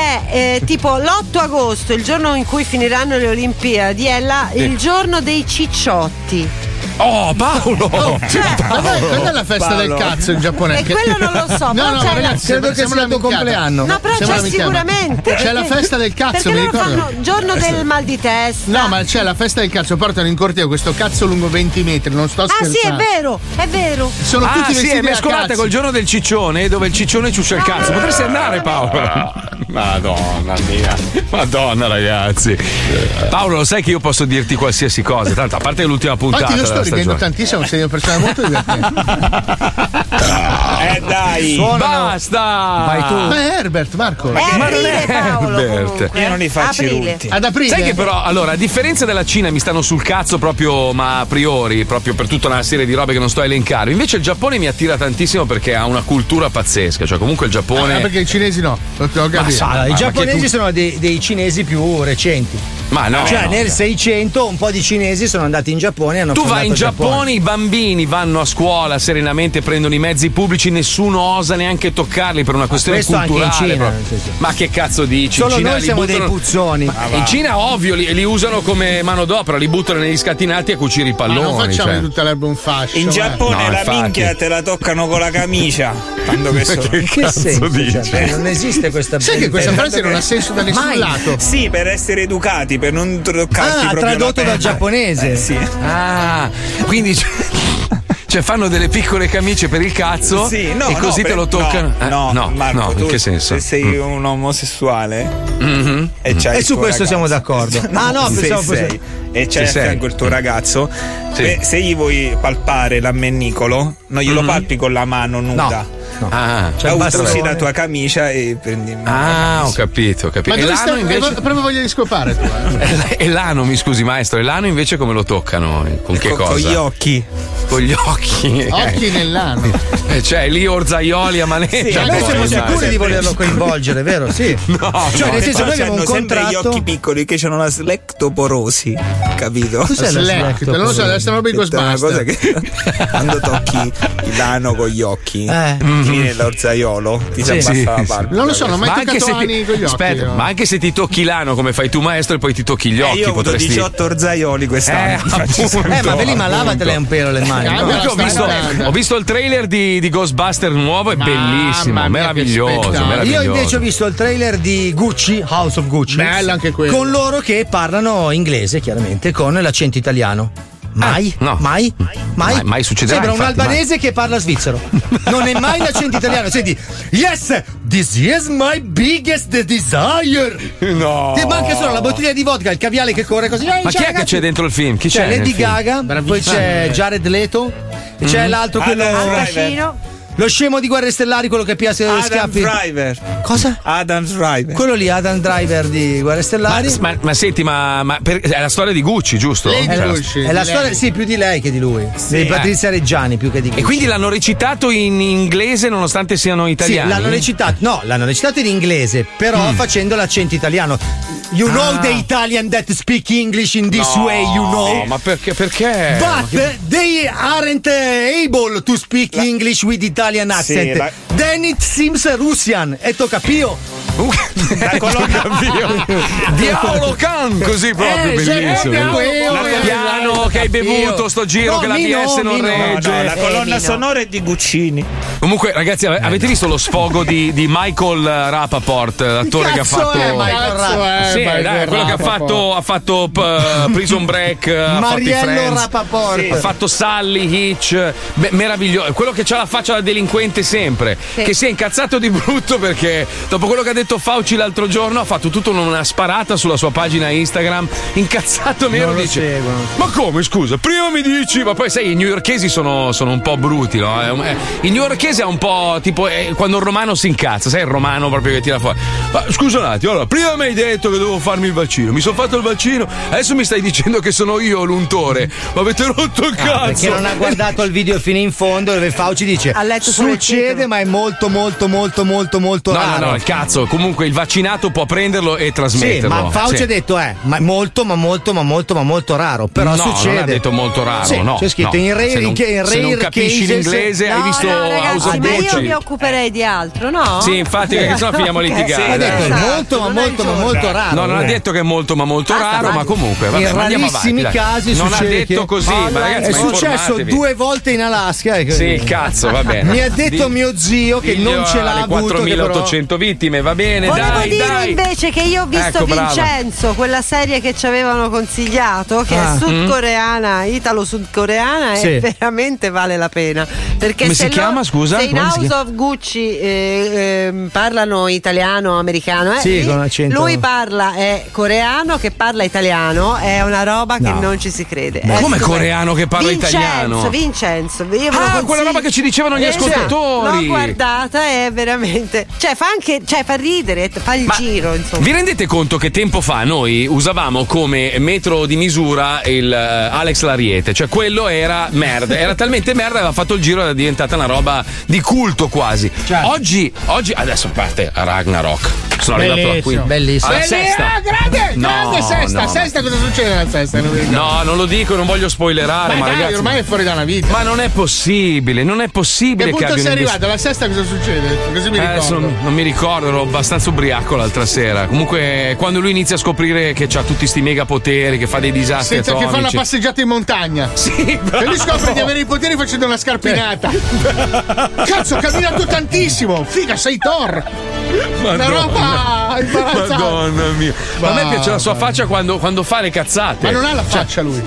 C'è tipo l'8 agosto, il giorno in cui finiranno le Olimpiadi, è il giorno dei cicciotti. Oh, Paolo! Quando è la festa del cazzo in Giappone? E quello non lo so. No, ragazzi, credo che sia il tuo compleanno. No, però c'è sicuramente. C'è la festa del cazzo, mi ricordo. Fanno giorno del mal di testa. No, ma c'è la festa del cazzo, portano in corteo questo cazzo lungo 20 metri, non sto scherzando. Ah, sì, è vero. Sono tutti vestiti è mescolata col giorno del ciccione, dove il ciccione ciuscia il cazzo. Potresti andare, Paolo. Madonna mia. Madonna, ragazzi. Paolo, lo sai che io posso dirti qualsiasi cosa, tanto a parte l'ultima puntata. Io sto ridendo tantissimo, sei una persona molto divertente. Dai, basta. Vai tu. Ma è Herbert, Marco. Ma non è Herbert. Io non li faccio rutti. Ad aprile. Sai che però, allora, a differenza della Cina mi stanno sul cazzo proprio, ma a priori, proprio per tutta una serie di robe che non sto a elencare. Invece il Giappone mi attira tantissimo perché ha una cultura pazzesca. Cioè, comunque il Giappone. Perché i cinesi no. I giapponesi sono dei cinesi più recenti. Ma no. Cioè, nel 600 un po' di cinesi sono andati in Giappone e hanno Tu vai in Giappone, i bambini vanno a scuola serenamente, prendono i mezzi pubblici, nessuno osa neanche toccarli per una questione culturale. Anche in Cina, sì. Ma che cazzo dici? Solo in Cina noi siamo dei puzzoni. In Cina, ovvio, li usano come manodopera, li buttano negli scatinati a cucire i palloni. Ma non facciamo di tutta l'erba un fascio. In Giappone la minchia te la toccano con la camicia. Tanto che so. Che cazzo dici? Non esiste questa. Sai che questa frase non ha senso da nessun lato? Sì, per essere educati, per non toccarti proprio tradotto dal giapponese. Sì. Quindi cioè fanno delle piccole camicie per il cazzo e così te lo toccano. No, Marco, in che senso? Se sei un omosessuale e su questo siamo d'accordo. Pensavo fosse e c'è a fianco il tuo ragazzo, se gli vuoi palpare l'ammennicolo, non glielo palpi con la mano nuda. usi la tua camicia e prendi. Ho capito. Ma E l'ano invece. Proprio voglia di scopare tu. E l'ano, mi scusi maestro, e l'ano invece come lo toccano? Con che cosa? Con gli occhi. Con gli occhi. Occhi nell'ano. Cioè lì Orzaioli a manetta. Noi siamo sicuri di volerlo coinvolgere, vero? Sì. No, cioè nel senso noi abbiamo un sempre contratto. gli occhi piccoli che hanno la slectoporosi, capito? Cos'è la lecto? Non lo so, adesso roba di Ghostbuster. Una cosa che quando tocchi l'ano con gli occhi ti viene l'orzaiolo, ti si abbassa la palpebra. Non lo so, non ho mai toccato ani con gli occhi. Aspetta, ma anche se ti tocchi l'ano come fai tu maestro e poi ti tocchi gli occhi, io ho avuto 18 orzaioli quest'anno. Ma ve li lavatele un pelo le mani. Ho visto il trailer di Ghostbuster nuovo, è bellissimo, meraviglioso. Io invece ho visto il trailer di Gucci, House of Gucci. Bello anche quello. Con loro che parlano inglese, chiaramente, con l'accento italiano. Mai succederà. Sembra un albanese che parla svizzero. Non è mai l'accento italiano. Senti, yes, this is my biggest desire. No. Ti manca solo la bottiglia di vodka, il caviale che corre così. Ma chi è che c'è dentro il film? Chi c'è? Lady Gaga, poi c'è Jared Leto, e c'è l'altro, quello. Lo scemo di Guerre Stellari, quello che piace scappi. Driver. Cosa? Adam Driver. Quello lì, Adam Driver di Guerre Stellari. Ma senti, è la storia di Gucci, giusto? Gucci, è la storia, sì, più di lei che di lui. Di Patrizia Reggiani più che di Gucci. E quindi l'hanno recitato in inglese nonostante siano italiani? Sì, l'hanno recitato in inglese, però facendo l'accento italiano. You know the Italian that speak English in this way, you know. Ma perché? But they aren't able to speak English with Italian accent. Then it seems Russian. E tocca Pio. La colonna Diavolo can, così proprio bellissimo. Piano che hai bevuto sto giro che la DS non regge. La colonna sonora è di Guccini. Comunque ragazzi, avete visto lo sfogo di Michael Rapaport, l'attore che ha fatto quello che ha fatto Prison Break, Mariello Rapaport, ha fatto Sally Hitch, meraviglioso, quello che c'ha la faccia da delinquente sempre, che si è incazzato di brutto perché dopo quello che ha detto Fauci l'altro giorno ha fatto tutta una sparata sulla sua pagina Instagram, incazzato nero, dice ma come scusa, prima mi dici, ma poi sai i newyorkesi sono un po' bruti, no? Il newyorkese è un po' tipo quando un romano si incazza, sai il romano proprio che tira fuori, ma scusa un attimo, allora prima mi hai detto che dovevo farmi il vaccino, mi sono fatto il vaccino, adesso mi stai dicendo che sono io l'untore, ma avete rotto il cazzo. Perché non ha guardato il video fino in fondo dove Fauci dice succede ma è molto raro. No, il cazzo, comunque il vaccinato può prenderlo e trasmetterlo. Sì, ma Fauci ha detto ma è molto raro, però succede. Non ha detto molto raro, no. C'è scritto in rare se non capisci l'inglese hai visto House of Gucci. Gucci. Ma io mi occuperei di altro, no? Sì, infatti, perché sennò finiamo a litigare. Ha detto molto raro. No, non ha detto che è molto raro, ma comunque vabbè, in rarissimi casi non succede. Non ha detto così, ma ragazzi, è successo 2 volte in Alaska. Sì, cazzo, va bene. Mi ha detto mio zio che non ce l'ha avuto. 4.800 vittime, va bene. Volevo dire invece che io ho visto Vincenzo, quella serie che ci avevano consigliato, che è sudcoreana, italo-sudcoreana, e veramente vale la pena. Perché come si chiama, scusa? Se in House of Gucci parlano italiano, americano, con accento. Lui parla coreano che parla italiano, è una roba che non ci si crede. Come coreano che parla italiano? Vincenzo. Quella roba che ci dicevano gli ascoltatori. L'ho guardata, è veramente, fa ridere, fa il giro, insomma. Vi rendete conto che tempo fa noi usavamo come metro di misura il Alex Lariete, cioè quello era merda, era talmente merda aveva fatto il giro, era diventata una roba di culto quasi. Oggi adesso parte Ragnarok. Sono arrivato da qui. Bellissimo. Alla sesta. Grande sesta. Sesta, cosa succede nella sesta? Non lo dico, non voglio spoilerare, ma ragazzi, ormai è fuori da una vita. Ma non è possibile Che punto sei arrivato? Alla sesta cosa succede? Così mi ricordo. Non mi ricordo, ero abbastanza ubriaco l'altra sera. Comunque, quando lui inizia a scoprire che ha tutti sti mega poteri, che fa dei disastri senza atomici. che fa una passeggiata in montagna. Sì, bravo. E lui scopre di avere i poteri facendo una scarpinata. Cazzo, ha camminato tantissimo. Figa, sei Thor. Una roba imbarazzante. Madonna mia. Ma a me piace la sua faccia quando fa le cazzate. Ma non ha la faccia lui.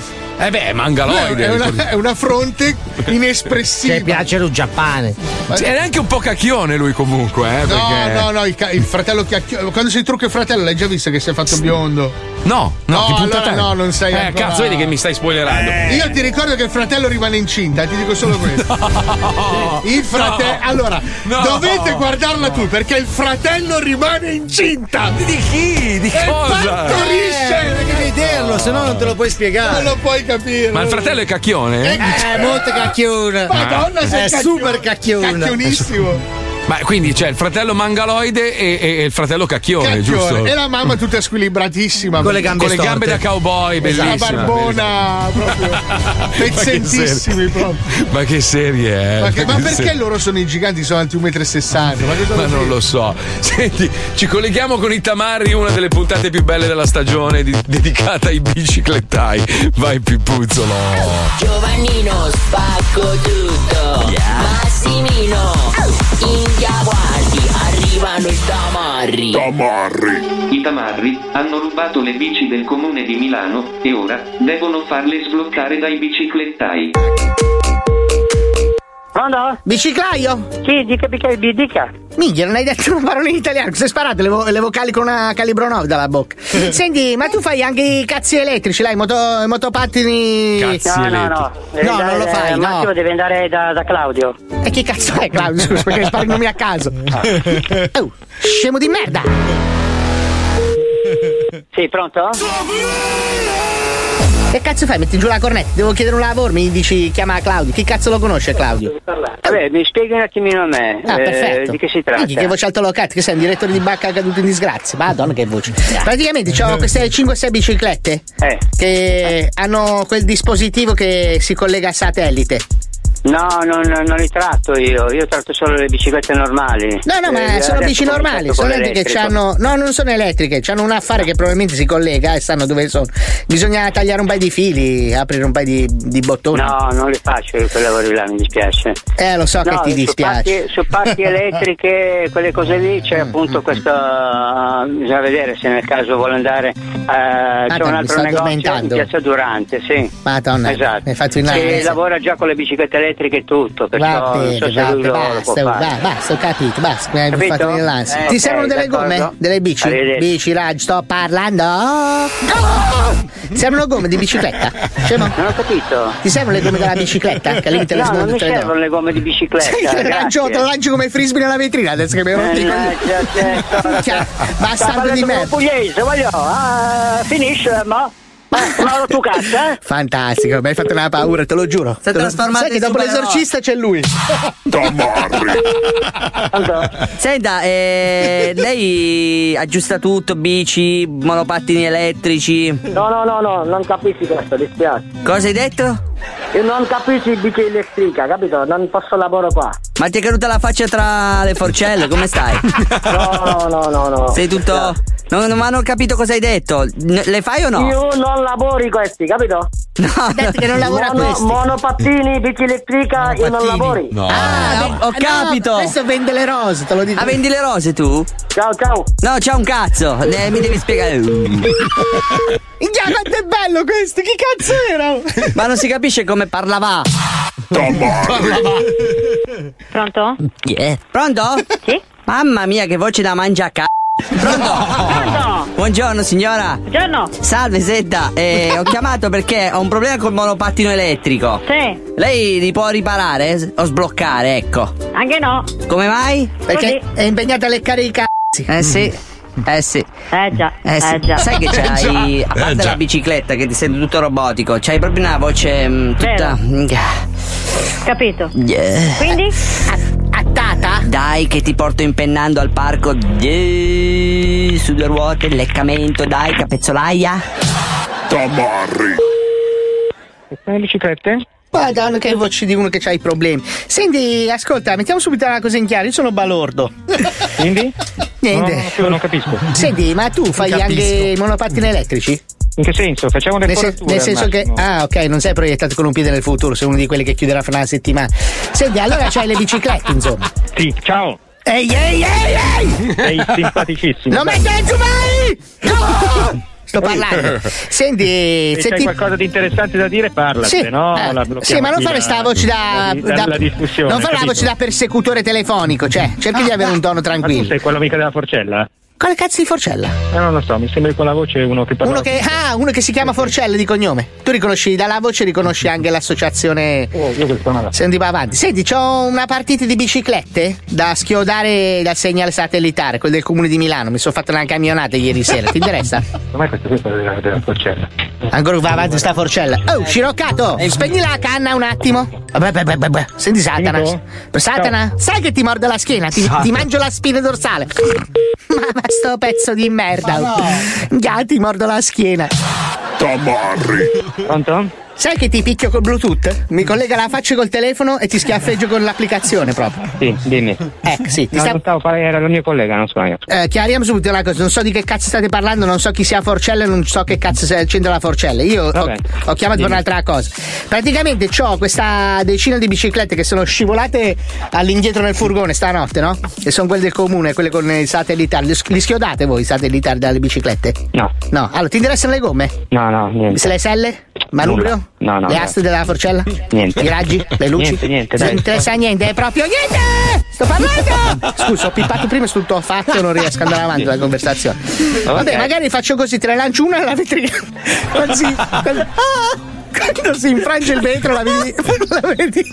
mangaloide. È una fronte inespressiva. Che piace lo Giappone. Sì, è anche un po' cacchione lui comunque, perché... No, il fratello cacchione. Quando si trucca il fratello, l'hai già visto che si è fatto biondo? No, che puntata allora no, non sai ancora. Cazzo, vedi che mi stai spoilerando. Io ti ricordo che il fratello rimane incinta, ti dico solo questo. Il fratello. Allora, dovete guardarla tu, perché il fratello rimane incinta. Di chi? Di cosa? Partorisce! Devi vederlo, se no non te lo puoi spiegare. Non lo puoi capire. Ma il fratello è cacchione? Molto cacchione. Madonna, è super cacchione. Cacchionissimo. Ma quindi c'è il fratello mangaloide e il fratello cacchione, giusto? E la mamma tutta squilibratissima. Con le gambe da cowboy, bellissima. La barbona, proprio. Pezzentissimi proprio. Ma che serie è? Ma perché loro sono i giganti, sono alti 1,60 m? Ma non lo so. Senti, ci colleghiamo con i Tamarri, una delle puntate più belle della stagione dedicata ai biciclettai. Vai Pippuzzolo. Giovannino, spacco tutto. Massimino, guardi, arrivano i Tamarri. I Tamarri hanno rubato le bici del comune di Milano e ora devono farle sbloccare dai biciclettai. Pronto? Biciclaio? Sì, dica. Minchia, non hai detto una parola in italiano, sei sparato le vocali con una calibro 9 dalla bocca. Senti, ma tu fai anche i cazzi elettrici, i motopattini? No, non lo fai, no. Massimo deve andare da Claudio. E chi cazzo è Claudio? Scusa, perché spari nomi a caso. Oh, scemo di merda! Sì, pronto? Che cazzo fai? Metti giù la cornetta, devo chiedere un lavoro, mi dici chiama Claudio. Chi cazzo lo conosce Claudio? Vabbè, mi spieghi un attimino a me. Perfetto. Di che si tratta? Che voce altolocata, che sei un direttore di banca caduto in disgrazia. Madonna che voce. Praticamente ho queste 5-6 biciclette che hanno quel dispositivo che si collega a satellite. No, non li tratto io tratto solo le biciclette normali. No, ma sono bici normali, solamente che c'hanno. No, non sono elettriche, c'hanno un affare che probabilmente si collega e sanno dove sono. Bisogna tagliare un paio di fili, aprire un paio di bottoni. No, non li faccio io quei lavori là, mi dispiace. Lo so che ti dispiace. Su parti elettriche, quelle cose lì, c'è appunto questo. Bisogna vedere se nel caso vuole andare. C'è un altro negozio in Piazza Durante, sì. Madonna, esatto. Mi hai fatto in che lavora già con le biciclette elettriche e tutto, perciò basta, ho capito, basta, mi hai fatto nell'ansia. Ti servono delle gomme? Delle bici? Bici, Raj, sto parlando. Ti servono gomme di bicicletta? Non ho capito. Ti servono le gomme della bicicletta? Che all'inizio no, non mi servono le gomme di bicicletta. Te lo lancio come frisbee nella vetrina adesso che mi rotti bastardo di me. Pugliese, voglio. Finisce, ma. Ma tu cazzo, Fantastico, mi hai fatto una paura, te lo giuro. Si è trasformato. Sai che dopo l'esorcista c'è lui. Senta, lei aggiusta tutto, bici, monopattini elettrici? No, non capisci questo, dispiace. Cosa hai detto? Io non capisci bici elettrica, capito? Non posso lavoro qua. Ma ti è caduta la faccia tra le forcelle, come stai? No. Sei tutto... Non hanno capito cosa hai detto. Le fai o no? Io non lavori questi, capito? No, ha detto che non lavora questi. Monopattini, bici elettrica, io non lavori. No. Ho capito. Questo vende le rose, te lo dico. Vendi le rose tu? Ciao. No, c'è un cazzo. Mi devi spiegare. Quanto è bello questo, chi cazzo era? Ma non si capisce come parlava. Pronto? Pronto? Sì? Mamma mia, che voce da mangia Pronto? Buongiorno signora. Buongiorno. Salve, senta, ho chiamato perché ho un problema col monopattino elettrico. Sì. Lei li può riparare o sbloccare, ecco? Anche no. Come mai? Perché è impegnata a leccare i cazzi. Sì. Già. Sai che c'hai, a parte la bicicletta che ti senti tutto robotico, c'hai proprio una voce tutta. Capito. Quindi? Attata? Dai che ti porto impennando al parco. Su 2 ruote, leccamento, dai, capezzolaia. Tamarri. Le biciclette? Madonna, che voce di uno che c'ha i problemi. Senti, ascolta, mettiamo subito una cosa in chiaro. Io sono balordo. Quindi? Niente. Non capisco. Senti, ma tu fai anche i monopattini elettrici? In che senso? Facciamo le forature? Nel senso che. Ok, non sei proiettato con un piede nel futuro, sei uno di quelli che chiuderà fra una settimana. Senti, allora c'hai le biciclette, insomma. Sì, ciao. Ehi! Sei simpaticissimo. Non mettete giù mai! No! Sto parlando. Senti, se c'hai qualcosa di interessante da dire, parlate, sì, no? Sì, ma non fare sta voce da discussione. Non fare la voce da persecutore telefonico, cioè, cerchi di avere un tono tranquillo. Ma tu sei quello mica della Forcella? Quale cazzo di Forcella? Non lo so, mi sembra con la voce uno che parla. Uno che si chiama Forcella di cognome. Tu riconosci dalla voce, riconosci anche l'associazione. Io questo non lo so. Se andiamo avanti. Senti, c'ho una partita di biciclette da schiodare dal segnale satellitare, quello del comune di Milano. Mi sono fatto una camionata ieri sera. Ti interessa? Ma questo è della Forcella. Ancora va avanti sta Forcella. Oh, Sciroccato! Spegni la canna un attimo. Vabbè. Senti Satana. Satana, sai che ti mordo la schiena? Ti mangio la spina dorsale. Ma sto pezzo di merda. Già ti mordo la schiena. Tamarri. Pronto? Sai che ti picchio col Bluetooth? Mi collega la faccia col telefono e ti schiaffeggio con l'applicazione proprio. Sì, dimmi. Sì, era il mio collega, non so io. Chiariamo subito una cosa, non so di che cazzo state parlando, non so chi sia Forcella e non so che cazzo c'entra la Forcella. Io ho chiamato per un'altra cosa. Praticamente c'ho questa decina di biciclette che sono scivolate all'indietro nel furgone stanotte, no? E sono quelle del comune, quelle con i satellitari. Li schiodate voi i satellitari dalle biciclette? No. Allora, ti interessano le gomme? No, niente. Se le selle? Manubrio? No. Le aste della Forcella? Niente. I raggi? Le luci? Niente. Non interessa niente, è proprio niente! Sto parlando! Scusa, ho pippato prima sul tuo fatto, non riesco ad andare avanti la conversazione. Vabbè, magari faccio così, te ne lancio una nella vetrina. Quando si infrange il vetro la vedi.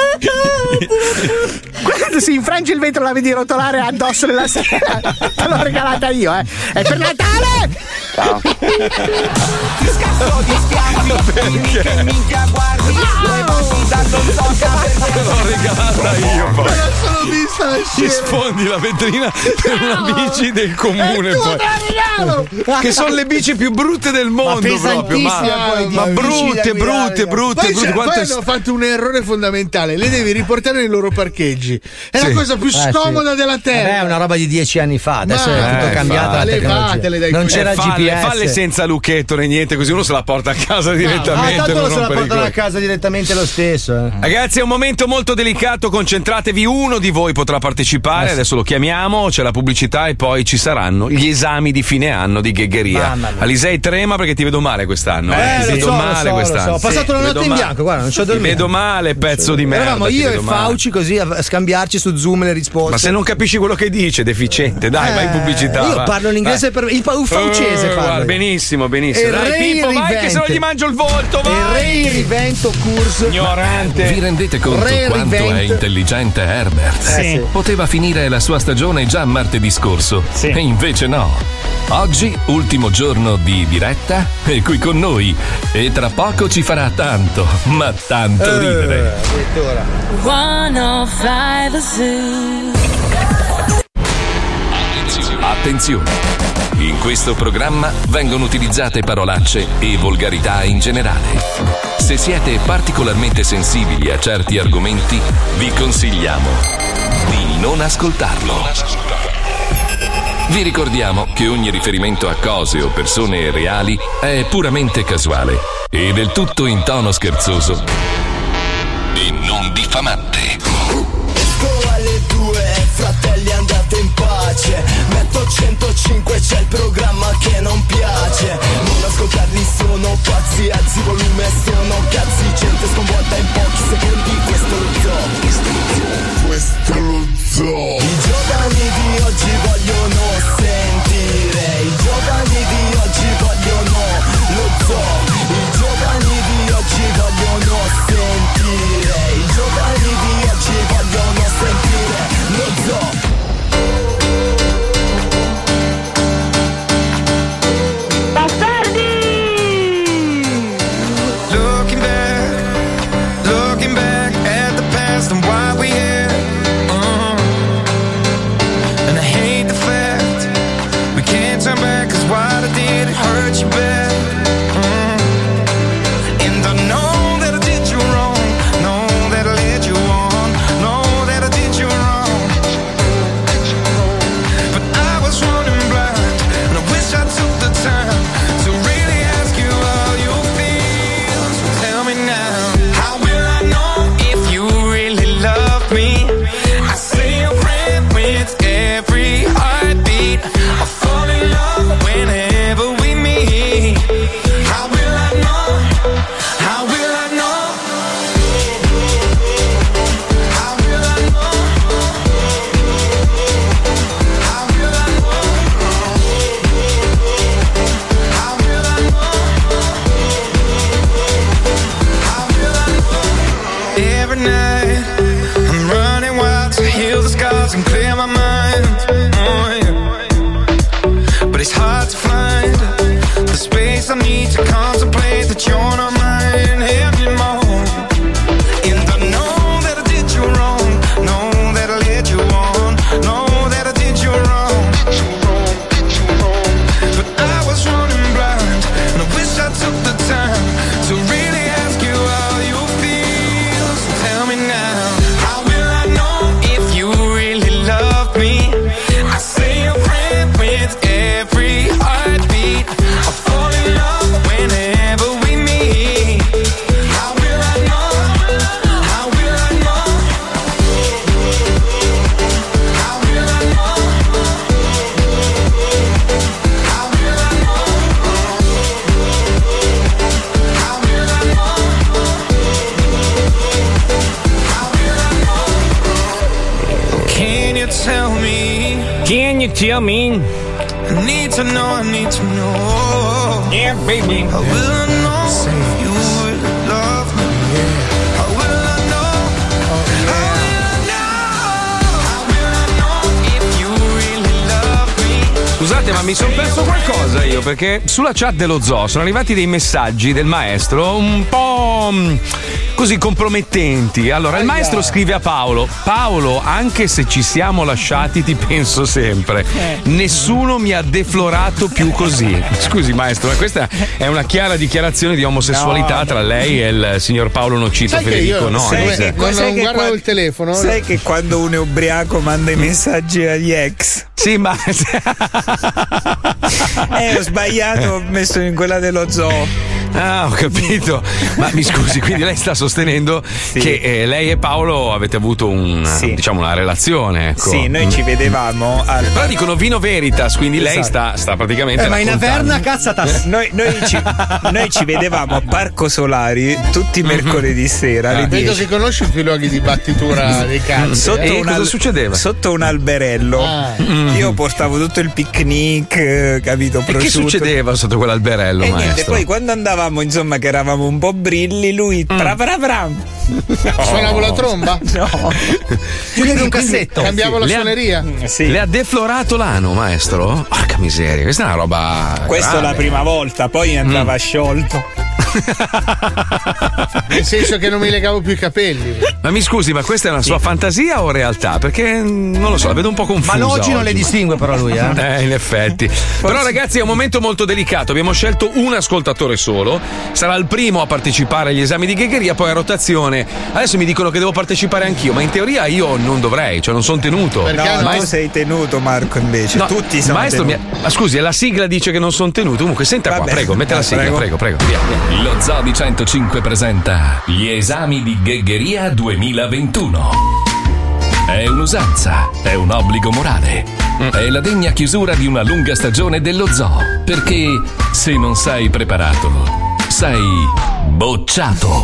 Quando si infrange il vetro la vedi rotolare addosso nella sera. Te l'ho regalata io, È per Natale! Ciao. Ti scazzo di schiaffi. Che minchia guardi. L'ho regalata io poi. Me la sono vista la scena. Ti sfondi la vetrina per una bici del comune poi. Che sono le bici più brutte del mondo proprio. Ma brutte. Poi hanno fatto un errore fondamentale. Le devi riportare nei loro parcheggi. È la cosa più scomoda della terra. È una roba di 10 anni fa. Adesso è tutto cambiato. La tecnologia. Non c'era GPS. Falle senza lucchetto né niente, così uno se la porta a casa direttamente. Tanto se la portano a casa direttamente lo stesso. Ragazzi, è un momento molto delicato. Concentratevi, uno di voi potrà partecipare. Adesso lo chiamiamo, c'è la pubblicità e poi ci saranno gli esami di fine anno di ghegheria. Alisei trema perché ti vedo male quest'anno. Ti vedo male quest'anno. Ho passato la notte in bianco, guarda, non c'ho dormito. Ti vedo male, pezzo di merda. Eravamo io e Fauci così a scambiarci su Zoom le risposte. Ma se non capisci quello che dice, deficiente, dai, vai in pubblicità. Io parlo l'inglese per il faucese parlo. Benissimo. Dai, Pippo, vai che se no gli mangio il volto, vai. Il re rivento curso. Ignorante. Vi rendete conto quanto è intelligente Herbert? Sì. Poteva finire la sua stagione già martedì scorso. Sì. E invece no. Oggi, ultimo giorno di diretta, è qui con noi. E tra poco ci farà tanto, ma tanto ridere. Attenzione! In questo programma vengono utilizzate parolacce e volgarità in generale. Se siete particolarmente sensibili a certi argomenti, vi consigliamo di non ascoltarlo. Vi ricordiamo che ogni riferimento a cose o persone reali è puramente casuale e del tutto in tono scherzoso e non diffamante. Esco alle 2, fratelli andate in pace. Metto 105, c'è il programma che non piace. Non ascoltarli, sono pazzi, alzi volume, sono cazzi. Gente sconvolta in pochi secondi, questo lo zoo. Questo lo zoo. I giovani di oggi vogliono sentire. I giovani di oggi vogliono lo zoo. I giovani di oggi vogliono sentire. I giovani di oggi vogliono sentire lo zoo. Looking back at the past and why we here. And I hate the fact we can't turn back, 'cause what I did hurt you bad. And I know that I did you wrong, know that I led you on, know that I did you wrong. But I was running blind, and I wish I took the time to really ask you how you feel. So tell me now, how will I know if you really love me? I say a prayer with every heartbeat. I fall in love whenever we meet. it's hard to find the space I need to contemplate that you're not mine anymore. And I know that I did you wrong, know that I led you on, know that I did you wrong. But I was running blind, and I wish I took the time to really ask you how you feel. So tell me now, how will I know if you really love me? I say a prayer with every heartbeat. I fall in love whenever we meet. How will I know? How will I know? How will I know? How will I know? How will I know? How will I know? Can you tell me? Can you tell me? I need to know, I need to know. Yeah, baby. How will I know if you would love me? How will I know? How will I know? How will I know if you really love me? Scusate, ma mi sono perso qualcosa io, perché sulla chat dello zoo sono arrivati dei messaggi del maestro un po' così compromettenti. Allora, il maestro scrive a Paolo: Paolo, anche se ci siamo lasciati ti penso sempre. Nessuno mi ha deflorato più così. Scusi maestro, ma questa è una chiara dichiarazione di omosessualità tra lei e il signor Paolo Nocito Federico Noise. Non guardo il telefono. Sai che quando uno è ubriaco manda i messaggi agli ex? Sì, ma ho sbagliato, ho messo in quella dello zoo. Ah, ho capito. Ma mi scusi, quindi lei sta sostenendo che lei e Paolo avete avuto diciamo una relazione, ecco. Sì, noi ci vedevamo però dicono Vino Veritas, quindi lei sta praticamente ma in Averna cazzatas. Noi ci vedevamo a Parco Solari tutti i mercoledì sera alle 10. Vedo che conosci i tuoi luoghi di battitura dei cazzi. Cosa succedeva? Sotto un alberello. Io portavo tutto il picnic, capito, prosciutto. E che succedeva sotto quell'alberello, e maestro? Niente, poi quando andavamo, insomma, che eravamo un po' brilli, lui suonavo la tromba? No. Chiudevi un cassetto. Cambiavo la suoneria? Sì. Le ha deflorato l'ano, maestro? Porca miseria, questa è una roba. Questa è la prima volta, poi andava sciolto. Nel senso che non mi legavo più i capelli. Ma mi scusi, ma questa è una sua fantasia o realtà? Perché non lo so, la vedo un po' confusa. Ma oggi non le distingue però lui, in effetti. Però ragazzi è un momento molto delicato. Abbiamo scelto un ascoltatore solo. Sarà il primo a partecipare agli esami di ghegheria, poi a rotazione. Adesso mi dicono che devo partecipare anch'io, ma in teoria io non dovrei, cioè non sono tenuto. Perché tu sei tenuto, Marco, invece. No, tutti sono maestro tenuti. Ma scusi, la sigla dice che non sono tenuto. Comunque senta qua, prego, mette la sigla, prego. Via. Lo Zoo di 105 presenta gli esami di ghegheria 2021. È un'usanza, è un obbligo morale, è la degna chiusura di una lunga stagione dello zoo, perché se non sei preparato, sei bocciato.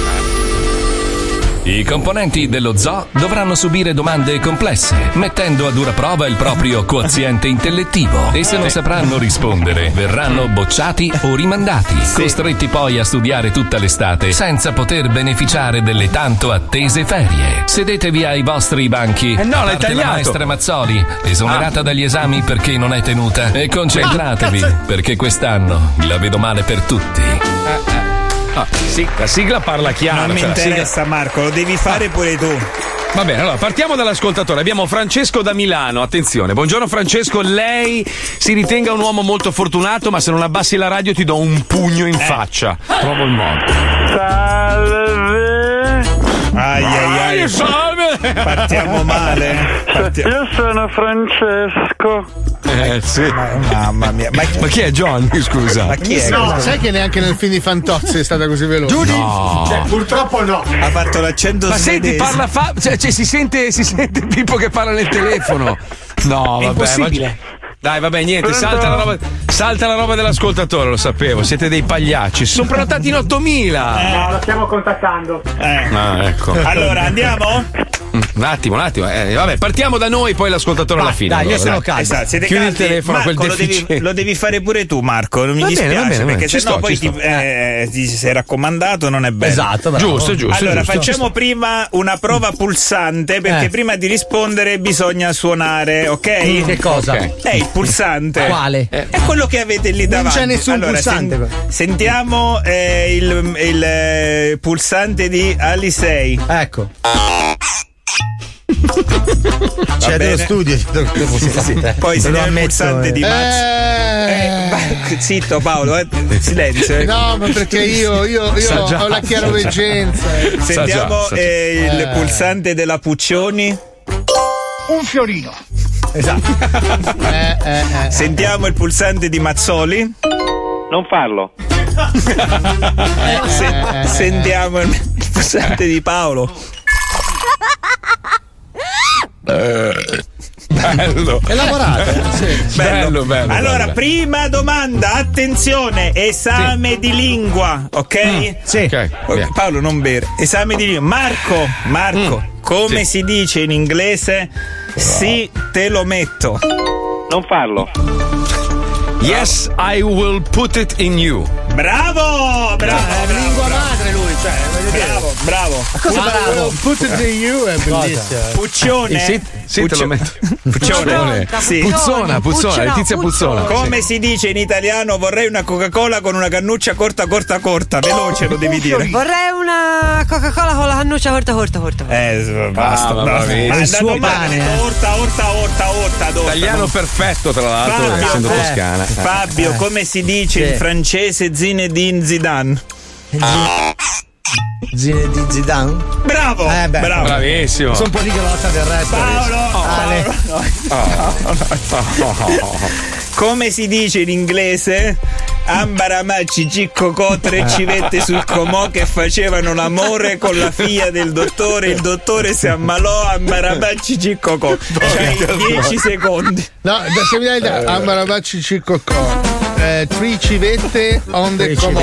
I componenti dello zoo dovranno subire domande complesse, mettendo a dura prova il proprio quoziente intellettivo, e se non sapranno rispondere verranno bocciati o rimandati, costretti poi a studiare tutta l'estate senza poter beneficiare delle tanto attese ferie. Sedetevi ai vostri banchi, no, a l'hai parte la tagliato. maestra Mazzoli, esonerata dagli esami perché non è tenuta, e concentratevi perché quest'anno la vedo male per tutti. Sì, la sigla parla chiaro. Non mi interessa, Marco, lo devi fare pure tu. Va bene, allora partiamo dall'ascoltatore. Abbiamo Francesco da Milano. Attenzione, buongiorno Francesco. Lei si ritenga un uomo molto fortunato, ma se non abbassi la radio ti do un pugno in faccia. Trovo il modo. Salve. Ai. Salve. Partiamo male. Io sono Francesco. Sì. Mamma mia. Ma chi è John? Scusa. Ma chi è? No, sai che neanche nel film di Fantozzi è stata così veloce? No. Cioè, purtroppo no. Ha fatto l'accento Ma senti, svedese. parla cioè si sente Pippo che parla nel telefono. No, vabbè. Impossibile. Dai, vabbè, niente, salta la roba dell'ascoltatore, lo sapevo, siete dei pagliacci. Si sono prenotati in 8.000. No, lo stiamo contattando. Ah, ecco. Allora, andiamo? Un attimo. Vabbè, partiamo da noi, poi l'ascoltatore alla fine. Dai, io sono caldo. Esatto, siete Chiudi caldi. il telefono, Marco, quel lo devi fare pure tu, Marco. Non mi dispiace, va bene. perché Ci sennò sto, poi ci ti sei raccomandato, non è bello. Esatto, bravo. Giusto. Allora, giusto. facciamo prima una prova pulsante, perché prima di rispondere bisogna suonare, ok? Che cosa? Okay. Il pulsante. Quale? È quello che avete lì davanti. Non c'è nessun pulsante. Sentiamo il pulsante di Alisei. Ecco. C'è dello studio. Poi sentiamo il pulsante di Max. Zitto Paolo, silenzio. No, ma perché io ho la chiaroveggenza. Sentiamo il pulsante della Puccioni. Un fiorino. Esatto. Sentiamo il pulsante di Mazzoli. Non farlo. Sentiamo il pulsante di Paolo. Bello. Elaborato. Bello. Allora, prima domanda, attenzione, esame di lingua, ok? Sì. Okay, Paolo, non bere. Esame di lingua. Marco, come si dice in inglese? Sì, te lo metto. Non farlo. Yes, I will put it in you. Bravo. Lingua madre lui, cioè. Bravo. Ma cosa bravo? Put it in you è bellissimo. Puccione. Sì, te lo metto. Puccione. Sì. Puzzona, Letizia Puzzona. Come si dice in italiano? Vorrei una Coca-Cola con una cannuccia corta. Veloce lo devi dire. Vorrei una Coca-Cola con la cannuccia corta. Basta. Il suo pane. Orta. Italiano perfetto, tra l'altro, essendo toscana. Fabio, come si dice in francese Zinedine Zidane? Zidane? Bravo. Bravissimo. Sono un po' di grotta del resto. Come si dice in inglese? Ambaramacci Ciccocò, 3 civette sul comò che facevano l'amore con la figlia del dottore. Il dottore si ammalò. Ambaramacci Ciccocò. C'hai 10 secondi. No, se mi dai Ambaramacci Ciccocò. 3 civette on the comò.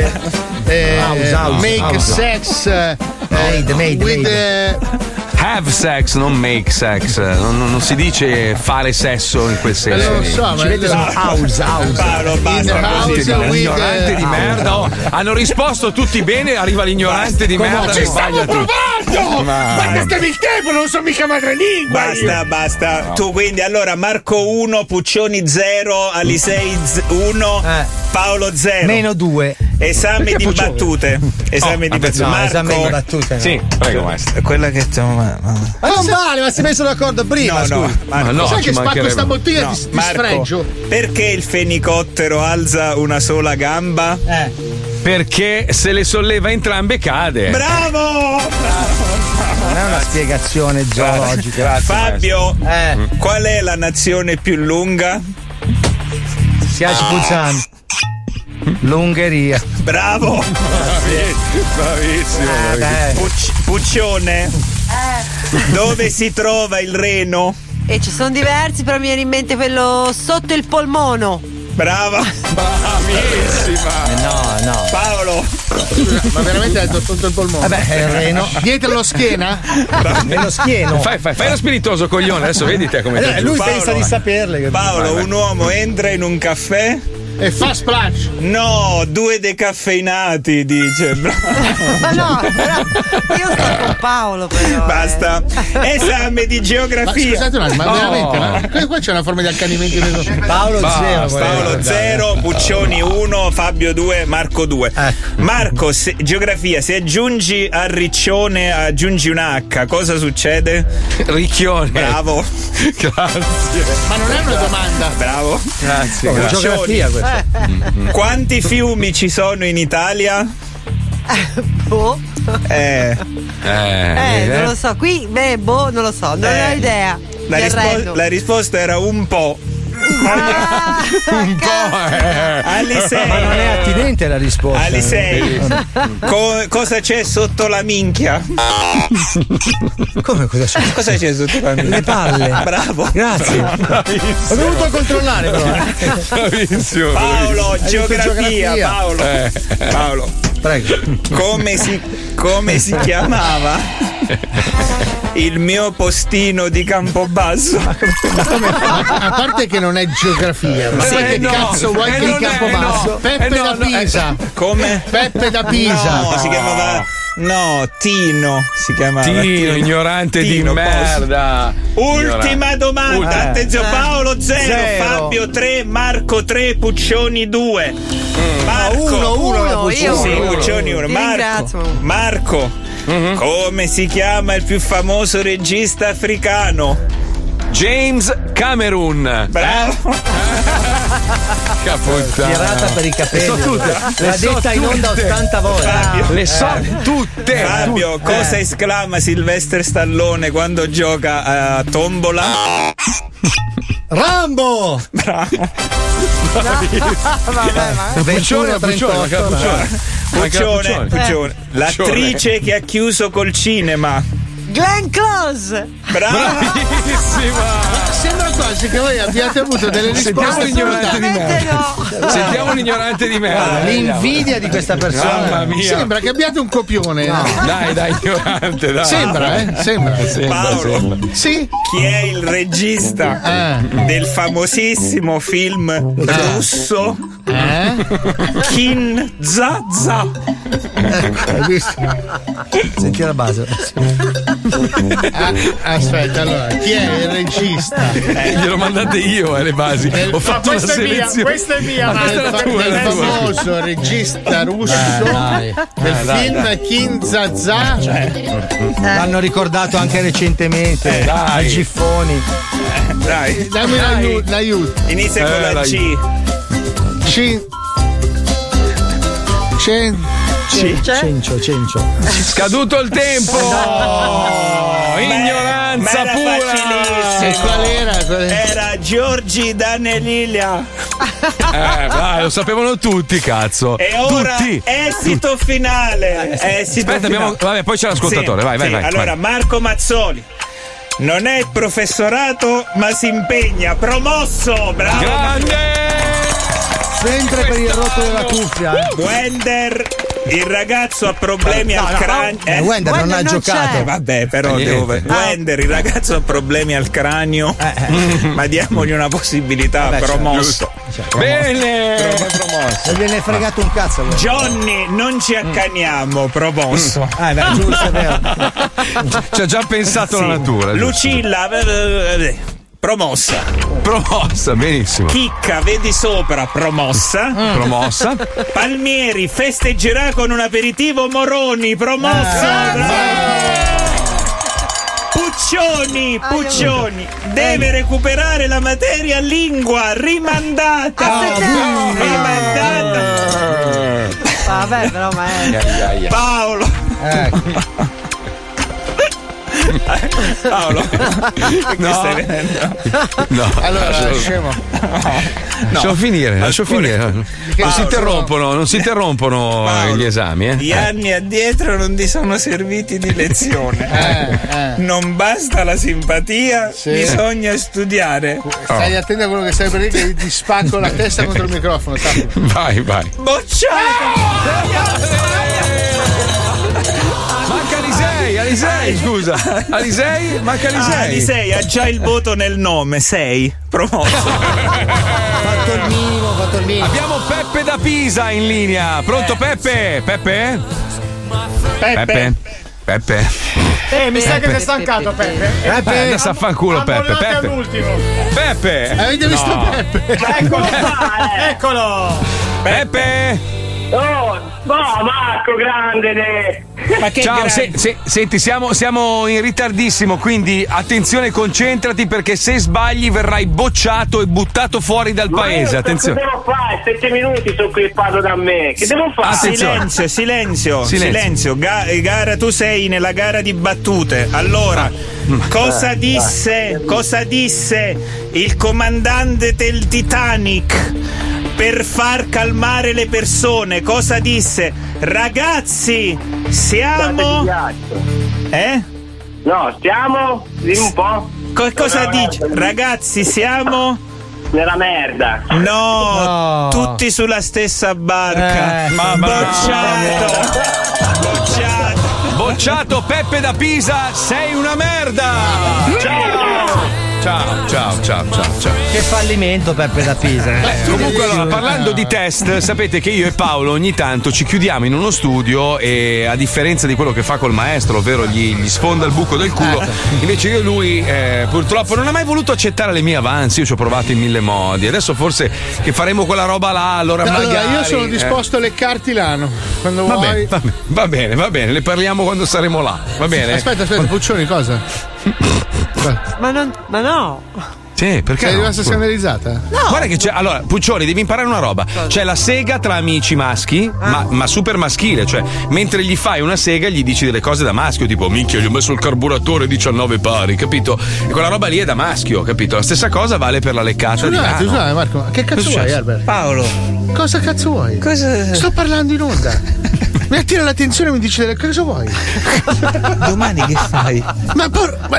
Make sex made. Have sex, non make sex. Non si dice fare sesso in quel senso. Lo so, ma house. Paolo, basta così. L'ignorante di merda. Hanno risposto tutti bene, arriva l'ignorante di merda e sbaglia tutto. Ma gastavi il tempo, non so mica madrelingua. Basta. Tu quindi allora Marco 1, Puccioni 0, Alisei 1, Paolo 0. Meno 2. Esame di battute. Esame di battute. No, Marco. esame di battute. Sì, prego maestro. Quella che Ma non vale, ma si è messo d'accordo prima. Marco, sai che spacco sta bottiglia di sfregio? Perché il fenicottero alza una sola gamba? Perché se le solleva entrambe cade. Bravo! Non è una spiegazione zoologica. Grazie, Fabio, qual è la nazione più lunga? Siaci Puzzan. L'Ungheria. Bravo! Bravissimo. Puccione. Dove si trova il reno? E ci sono diversi, però mi viene in mente quello sotto il polmono. Brava! Bravissima! No. Paolo! Ma veramente hai detto sotto il polmone? Vabbè, è il reno. Dietro lo schiena? Nello schieno. Fai lo spiritoso, coglione. Adesso vedi te come lui Paolo, pensa di saperle. Paolo, un uomo entra in un caffè e fa splash. No, 2 decaffeinati, dice. Ma no, però io sto con Paolo, però. Basta. Esame di geografia. Ma scusate un attimo, ma veramente? Qua c'è una forma di accanimento. Paolo 0. Paolo 0, Puccioni 1, Fabio 2, Marco 2. Marco, geografia, se aggiungi a Riccione aggiungi un H, cosa succede? Ricchione. Bravo. Grazie. Ma non è una domanda. Bravo. Grazie. Geografia questa. Quanti fiumi ci sono in Italia? Non lo so, qui non lo so, non ho idea. La risposta era un po'. Un po'. Alisei. Ma non è attinente la risposta. Alisei. Cosa c'è sotto la minchia? Come cosa c'è? Cosa c'è sotto la minchia? Le palle. Bravo. Grazie. Ho dovuto controllare però. Bravissimo. Paolo, geografia. Paolo. Prego. Come si chiamava il mio postino di Campobasso? A parte che non è geografia, ma che cazzo vuoi che di Campobasso? Peppe da Pisa. Come? Peppe da Pisa. No, si chiamava. No, Tino si chiamava. Tino, ignorante Tino, di merda. Ultima domanda. Attenzione, Paolo 0, Fabio 3, Marco 3, Puccioni 2. Marco 1, Puccioni 1. Marco. Come si chiama il più famoso regista africano? James Cameron. Bravo. Tirata per i capelli. So tutte. L'ha detta in onda 80 volte. Fabio. Le so tutte. Fabio, cosa esclama Sylvester Stallone quando gioca a tombola? Rambo! Bravo. Puccione. L'attrice che ha chiuso col cinema. Glenn Close. Bravissima. Sembra quasi che voi abbiate avuto delle risposte ignoranti di merda. Sentiamo un ignorante di merda. L'invidia di questa persona. Mamma mia. Sembra che abbiate un copione. No. Dai, ignorante, dai. Sembra. Paolo. Sì. Chi è il regista del famosissimo film russo Kin Za. Hai visto? Senti la base. Aspetta, allora, chi è il regista? Glielo mandate io le basi. Ho fatto una selezione. Questa è mia. Il famoso regista russo del film Kin Za. L'hanno ricordato anche recentemente. Al Giffoni. Dai. Dammi l'aiuto. Inizia con la C. Cencio. Scaduto il tempo. Ignoranza ma pura. E qual era? Era Giorgi Danelilia. Vai, lo sapevano tutti, cazzo. E ora tutti. esito finale. Aspetta, vabbè, poi c'è l'ascoltatore. Vai. Allora, Marco Mazzoli. Non è professorato, ma si impegna. Promosso, bravo. Grande! Sempre per il rotto della cuffia. Wender, il ragazzo ha problemi al cranio. Wender non ha giocato. Vabbè, però Wender, il ragazzo ha problemi al cranio. Ma diamogli una possibilità. Promosso. Bene. Non gliene è fregato un cazzo. Johnny, non ci accaniamo. Promosso. Giusto, è vero. Ci ha già pensato la natura. Lucilla, promossa, benissimo. Chicca, vedi sopra, promossa. Palmieri festeggerà con un aperitivo Moroni, promossa. Puccioni deve recuperare la materia lingua rimandata. Vabbè, però Paolo. Paolo, che stai vedendo? No, allora scemo. Lasciamo finire. Non si interrompono gli esami. Gli anni addietro non ti sono serviti di lezione. Non basta la simpatia, bisogna studiare. Stai attento a quello che stai per dire, che ti spacco la testa contro il microfono. Vai. Bocciato! Manca Alisei, scusa. Manca Alisei. Alisei ha già il voto nel nome, 6. Promosso. Fatto il minimo. Abbiamo Peppe da Pisa in linea. Pronto Peppe? Peppe. Mi sa che ti è stancato, Peppe. Adesso affanculo Peppe. Avete visto Peppe? Eccolo. Peppe. Oh, Marco, grande! Ma che ciao, grande. senti, siamo in ritardissimo, quindi attenzione, concentrati, perché se sbagli verrai bocciato e buttato fuori dal paese. Attenzione. Che devo fare? 7 minuti sono qui, parlo da me. Che devo fare? Silenzio. Gara, tu sei nella gara di battute. Allora, cosa disse il comandante del Titanic per far calmare le persone? Cosa disse? Ragazzi, siamo... No, stiamo... Dimmi un po'. Cosa dice? Ragazzi, siamo... nella merda. No, tutti sulla stessa barca. Bocciato Peppe da Pisa, sei una merda. Ciao. Che fallimento Peppe da Pisa. Comunque allora, parlando di test, sapete che io e Paolo ogni tanto ci chiudiamo in uno studio e a differenza di quello che fa col maestro, ovvero gli sfonda il buco del culo, invece io e lui purtroppo non ha mai voluto accettare le mie avanzi. Io ci ho provato in 1000 modi. Adesso forse che faremo quella roba là, allora magari io sono disposto a leccarti l'ano quando vuoi. Va bene, ne parliamo quando saremo là. Va bene. Aspetta, Puccioni, cosa? Ma no. Sì, perché? Sei rimasta scandalizzata? No. Guarda che c'è. Allora, Puccioni, devi imparare una roba. C'è la sega tra amici maschi, ma super maschile. Cioè, mentre gli fai una sega, gli dici delle cose da maschio, tipo minchia, gli ho messo il carburatore 19 pari, capito? E quella roba lì è da maschio, capito? La stessa cosa vale per la leccata di mano. Scusate, Marco, che cazzo vuoi, Albert? Paolo. Cosa cazzo vuoi? Sto parlando in onda. Mi attira l'attenzione e mi dici delle cosa vuoi? Domani che fai? Ma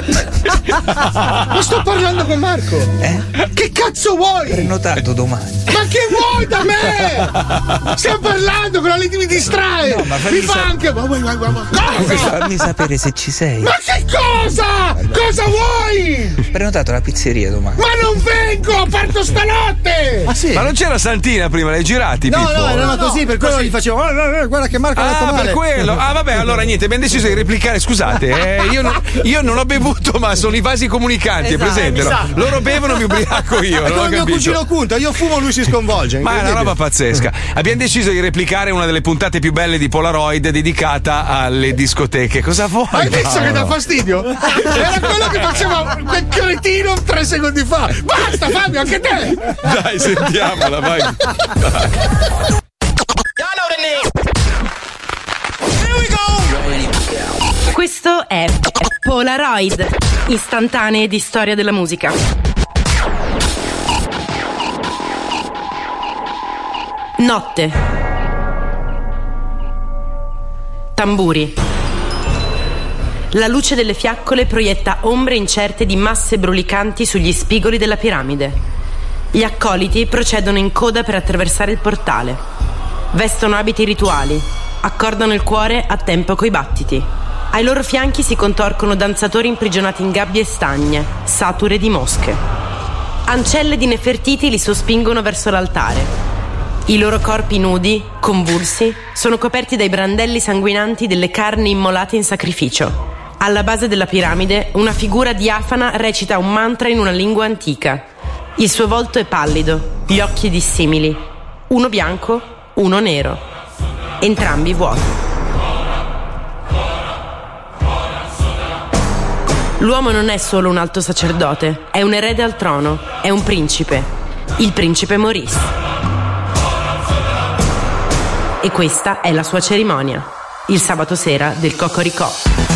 sto parlando con Marco. Che cazzo vuoi? Prenotato domani. Ma che vuoi da me? Stiamo parlando, quello lì mi distrae. No, ma mi fa anche. Cosa? Fammi sapere se ci sei. Ma che cosa? Cosa vuoi? Prenotato la pizzeria domani. Ma non vengo, parto stanotte. Ah, sì? Ma non c'era Santina prima, l'hai girati? No, Pippo? erano così, per quello gli facevo. Guarda che Marco ha detto male. Per quello. Vabbè, allora niente, abbiamo deciso di replicare. Scusate, io non ho bevuto, ma sono i vasi comunicanti, è presente? No? Loro bevono, mi ubriaco io. È come il mio cugino Cunta, io fumo, lui si sconvolge. Ma è una roba pazzesca. Abbiamo deciso di replicare una delle puntate più belle di Polaroid dedicata alle discoteche. Cosa vuoi? Hai visto che dà fastidio? Era quello che faceva quel cretino 3 secondi fa. Basta, Fabio, anche te! Dai, sentiamola, vai. Questo è Polaroid, istantanee di storia della musica. Notte. Tamburi. La luce delle fiaccole proietta ombre incerte di masse brulicanti sugli spigoli della piramide. Gli accoliti procedono in coda per attraversare il portale. Vestono abiti rituali, accordano il cuore a tempo coi battiti. Ai loro fianchi si contorcono danzatori imprigionati in gabbie e stagne, sature di mosche. Ancelle di Nefertiti li sospingono verso l'altare. I loro corpi nudi, convulsi, sono coperti dai brandelli sanguinanti delle carni immolate in sacrificio. Alla base della piramide, una figura diafana recita un mantra in una lingua antica. Il suo volto è pallido, gli occhi dissimili. Uno bianco, uno nero. Entrambi vuoti. L'uomo non è solo un alto sacerdote, è un erede al trono, è un principe. Il principe Maurice. E questa è la sua cerimonia, il sabato sera del Cocoricò.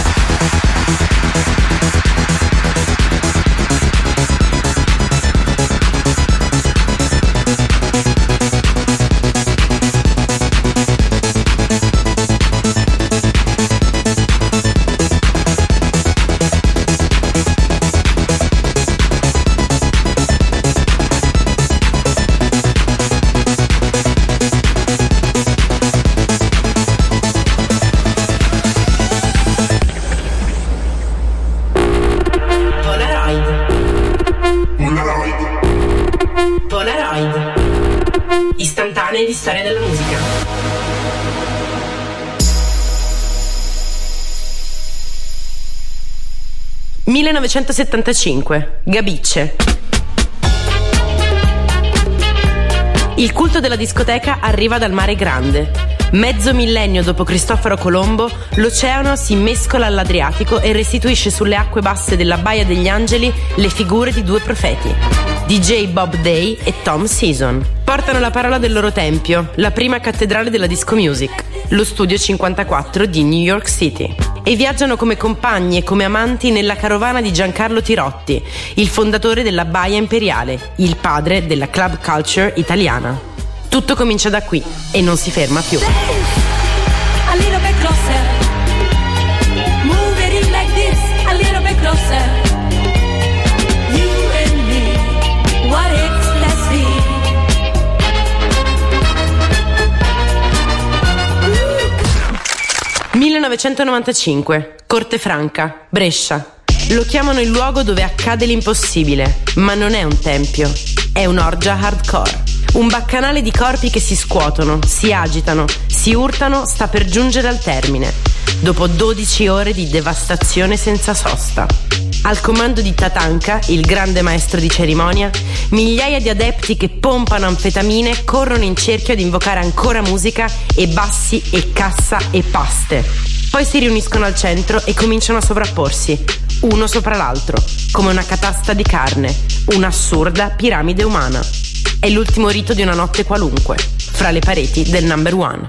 Istantanee di storia della musica. (1975) Gabicce. Il culto della discoteca arriva dal Mare Grande. Mezzo millennio dopo Cristoforo Colombo, l'oceano si mescola all'Adriatico e restituisce sulle acque basse della Baia degli Angeli le figure di due profeti, DJ Bob Day e Tom Season. Portano la parola del loro tempio, la prima cattedrale della disco music, lo Studio 54 di New York City. E viaggiano come compagni e come amanti nella carovana di Giancarlo Tirotti, il fondatore della Baia Imperiale, il padre della club culture italiana. Tutto comincia da qui e non si ferma più. A little bit closer. Move it like this, a little bit closer. You and me, what if 1995, Corte Franca, Brescia. Lo chiamano il luogo dove accade l'impossibile, ma non è un tempio, è un'orgia hardcore. Un baccanale di corpi che si scuotono, si agitano, si urtano sta per giungere al termine, dopo 12 ore di devastazione senza sosta. Al comando di Tatanka, il grande maestro di cerimonia, migliaia di adepti che pompano anfetamine corrono in cerchio ad invocare ancora musica e bassi e cassa e paste. Poi si riuniscono al centro e cominciano a sovrapporsi, uno sopra l'altro, come una catasta di carne, un'assurda piramide umana. È l'ultimo rito di una notte qualunque, fra le pareti del Number One.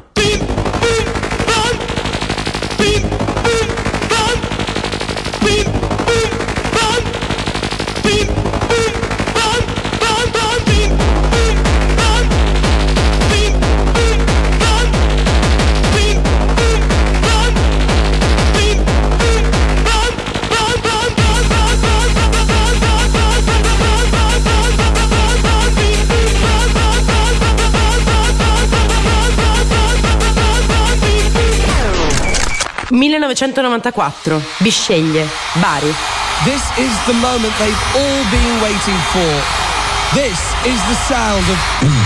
– 1994, Bisceglie, Bari. This is the moment they've all been waiting for. This is the sound of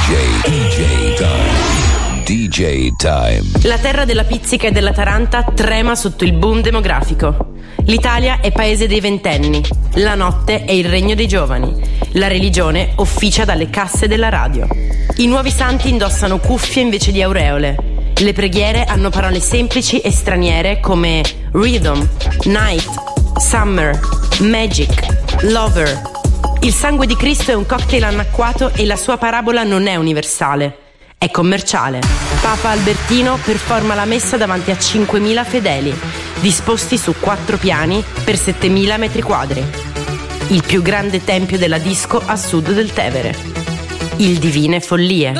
DJ Time. La terra della pizzica e della taranta trema sotto il boom demografico. L'Italia è paese dei ventenni, la notte è il regno dei giovani, la religione officia dalle casse della radio. I nuovi santi indossano cuffie invece di aureole. Le preghiere hanno parole semplici e straniere come rhythm, night, summer, magic, lover. Il sangue di Cristo è un cocktail annacquato e la sua parabola non è universale, è commerciale. Papa Albertino performa la messa davanti a 5.000 fedeli, disposti su 4 piani per 7.000 metri quadri. Il più grande tempio della disco a sud del Tevere. Il Divine Follie.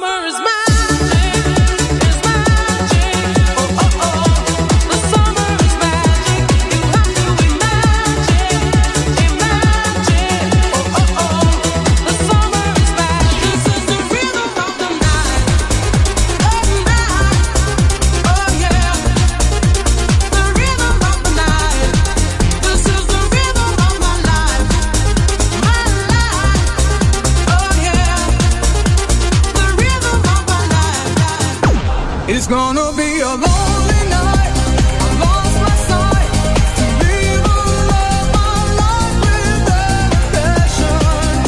It's gonna be a lonely night. I lost my sight. To leave alone my life without a passion.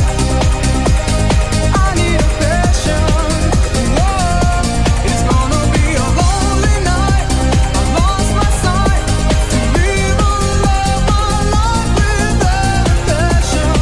I need a passion. Whoa. It's gonna be a lonely night. I lost my sight. To leave alone my life without a passion.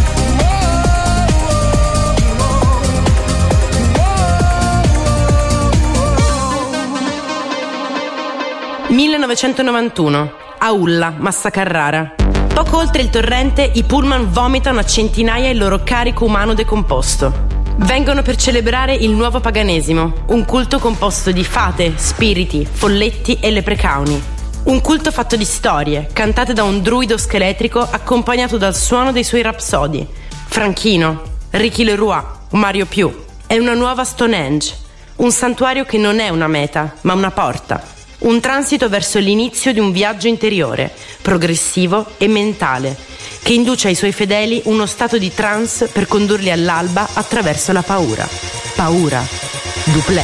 Whoa. 1991, Aulla, Massa Carrara. Poco oltre il torrente, i pullman vomitano a centinaia il loro carico umano decomposto. Vengono per celebrare il nuovo paganesimo, un culto composto di fate, spiriti, folletti e leprecauni. Un culto fatto di storie, cantate da un druido scheletrico accompagnato dal suono dei suoi rapsodi. Franchino, Ricky Leroy, Mario Più. È una nuova Stonehenge, un santuario che non è una meta, ma una porta. Un transito verso l'inizio di un viaggio interiore, progressivo e mentale, che induce ai suoi fedeli uno stato di trance per condurli all'alba attraverso la paura. Paura. Duplé.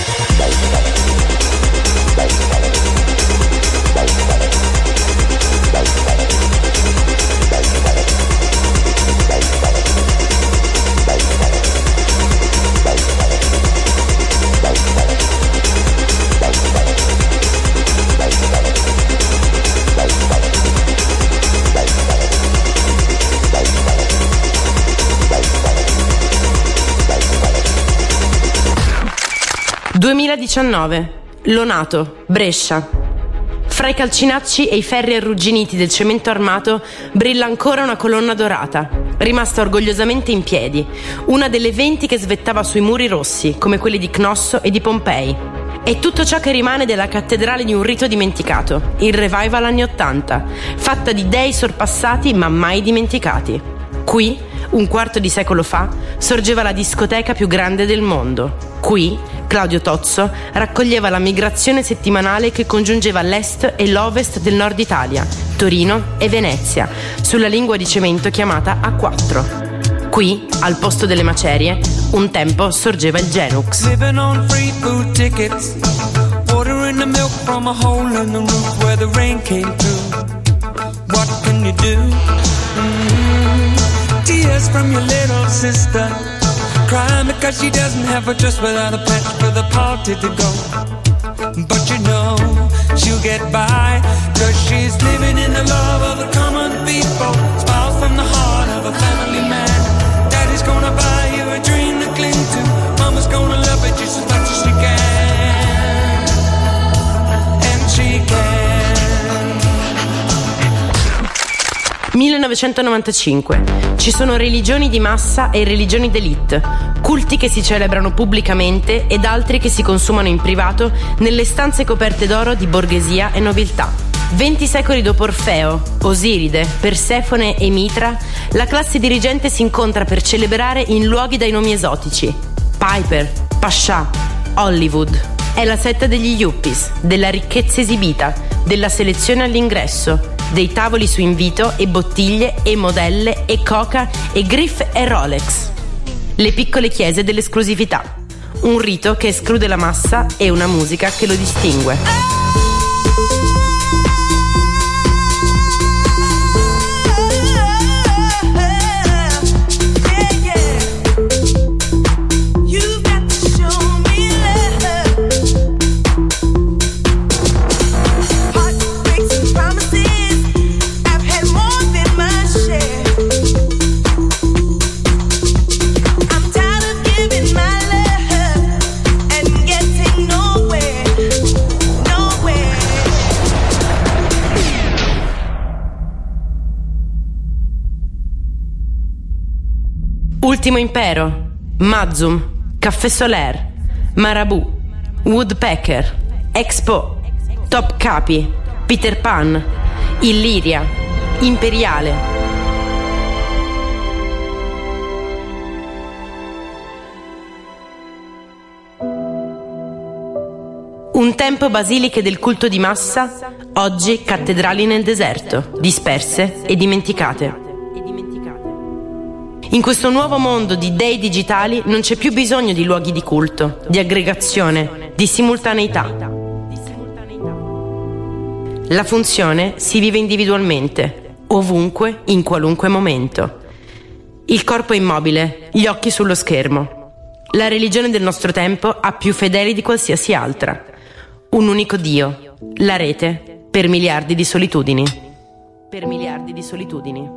Lonato, Brescia. Fra i calcinacci e i ferri arrugginiti del cemento armato brilla ancora una colonna dorata, rimasta orgogliosamente in piedi, una delle 20 che svettava sui muri rossi, come quelli di Cnosso e di Pompei. È tutto ciò che rimane della cattedrale di un rito dimenticato, il revival anni '80, fatta di dei sorpassati ma mai dimenticati. Qui un quarto di secolo fa, sorgeva la discoteca più grande del mondo. Qui Claudio Tozzo raccoglieva la migrazione settimanale che congiungeva l'est e l'ovest del nord Italia, Torino e Venezia, sulla lingua di cemento chiamata A4. Qui, al posto delle macerie, un tempo sorgeva il Genux. Living on free food tickets, watering the milk from a hole in the roof where the rain came through. What can you do? Tears from your little sister, crying because she doesn't have a dress without a patch for the party to go. But you know she'll get by, cause she's living in the love of the common people. Smiles from the heart of a family man. Daddy's gonna buy you a dream to cling to. Mama's gonna love it just as much as she can. And she can. 1995. Ci sono religioni di massa e religioni d'élite, culti che si celebrano pubblicamente ed altri che si consumano in privato nelle stanze coperte d'oro di borghesia e nobiltà. 20 secoli dopo Orfeo, Osiride, Persefone e Mitra, la classe dirigente si incontra per celebrare in luoghi dai nomi esotici: Piper, Pascià, Hollywood. È la setta degli yuppies, della ricchezza esibita, della selezione all'ingresso, dei tavoli su invito e bottiglie e modelle e coca e Griff e Rolex. Le piccole chiese dell'esclusività. Un rito che esclude la massa e una musica che lo distingue. Ultimo Impero, Mazum, Caffè Soler, Marabù, Woodpecker, Expo, Top Capi, Peter Pan, Illyria, Imperiale. Un tempo basiliche del culto di massa, oggi cattedrali nel deserto, disperse e dimenticate. In questo nuovo mondo di dei digitali non c'è più bisogno di luoghi di culto, di aggregazione, di simultaneità. La funzione si vive individualmente, ovunque, in qualunque momento. Il corpo è immobile, gli occhi sullo schermo. La religione del nostro tempo ha più fedeli di qualsiasi altra. Un unico Dio, la rete, per miliardi di solitudini. Per miliardi di solitudini.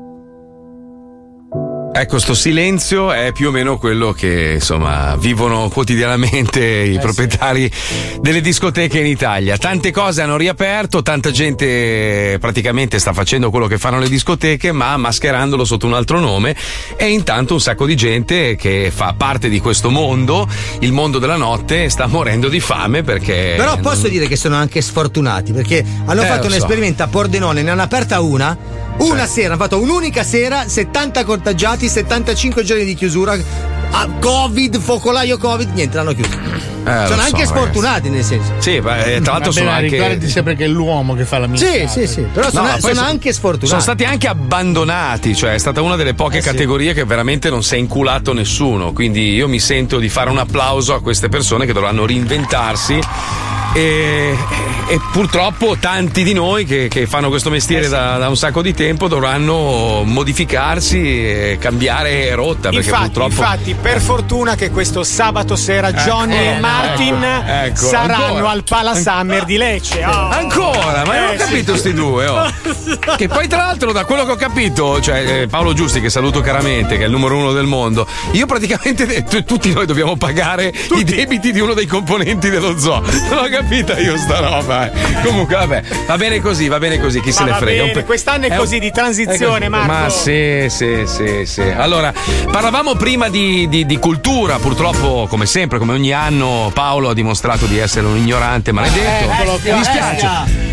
Ecco, sto silenzio è più o meno quello che insomma vivono quotidianamente i proprietari delle discoteche in Italia. Tante cose hanno riaperto, tanta gente praticamente sta facendo quello che fanno le discoteche, ma mascherandolo sotto un altro nome, e intanto un sacco di gente che fa parte di questo mondo, il mondo della notte, sta morendo di fame perché. Però posso dire che sono anche sfortunati, perché hanno fatto un esperimento a Pordenone, ne hanno aperta una sera, hanno fatto un'unica sera, 70 contagiati, 75 giorni di chiusura, Covid, focolaio Covid, niente, l'hanno chiuso. Sono anche sfortunati, nel senso. Sì, tra l'altro sono anche. Ricordi sempre che è l'uomo che fa la minchiata. Sì. Però sono anche sfortunati. Sono stati anche abbandonati, cioè è stata una delle poche categorie che veramente non si è inculato nessuno. Quindi io mi sento di fare un applauso a queste persone che dovranno reinventarsi. E purtroppo tanti di noi che fanno questo mestiere da un sacco di tempo dovranno modificarsi e cambiare rotta, perché purtroppo. Infatti, per fortuna che questo sabato sera Johnny e Martin saranno ancora. al Pala Summer di Lecce. Ancora? Ma non ho capito sti due. Che poi tra l'altro, da quello che ho capito, cioè Paolo Giusti, che saluto caramente, che è il numero 1 del mondo, io praticamente tutti noi dobbiamo pagare i debiti di uno dei componenti dello zoo. Non ho capito io sta roba. Comunque vabbè, va bene così, chi se ne frega. Bene. Quest'anno è così di transizione, Marco. Ma sì. Allora, parlavamo prima di cultura. Purtroppo, come sempre, come ogni anno, Paolo ha dimostrato di essere un ignorante maledetto. Mi dispiace.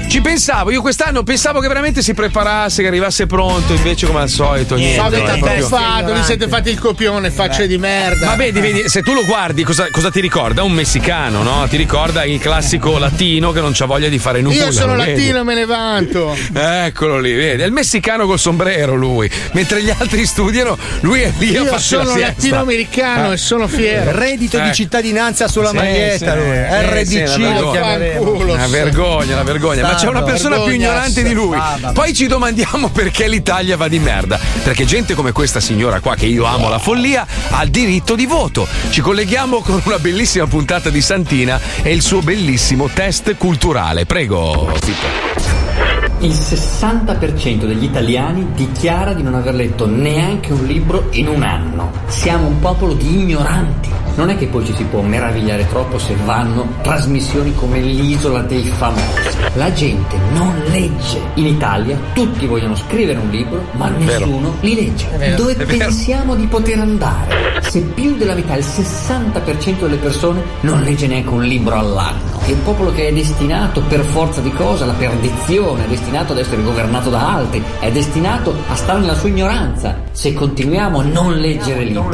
Ci pensavo, io quest'anno pensavo che veramente si preparasse, che arrivasse pronto, invece come al solito niente. Vi siete fatti il copione, facce di merda. Ma vedi, se tu lo guardi, cosa ti ricorda? Un messicano, no? Ti ricorda il classico latino che non c'ha voglia di fare nulla. Io sono vedi? latino e me ne vanto. Eccolo lì, vedi? È il messicano col sombrero lui. Mentre gli altri studiano, lui è lì a farsi la siesta. Io sono latinoamericano e sono fiero. Reddito di cittadinanza sulla maglietta, lui. RDC lo chiameremo. Una vergogna. Ma c'è una persona più ignorante di lui. Poi ci domandiamo perché l'Italia va di merda. Perché gente come questa signora qua, che io amo la follia, ha il diritto di voto. Ci colleghiamo con una bellissima puntata di Santina e il suo bellissimo test culturale. Prego, Zitto. Il 60% degli italiani dichiara di non aver letto neanche un libro in un anno. Siamo un popolo di ignoranti. Non è che poi ci si può meravigliare troppo se vanno trasmissioni come l'Isola dei Famosi. La gente non legge. In Italia tutti vogliono scrivere un libro, ma nessuno li legge. Dove pensiamo di poter andare? Se più della metà, il 60% delle persone non legge neanche un libro all'anno. È un popolo che è destinato per forza di cosa alla perdizione, è destinato ad essere governato da altri, è destinato a stare nella sua ignoranza se continuiamo a non leggere libri.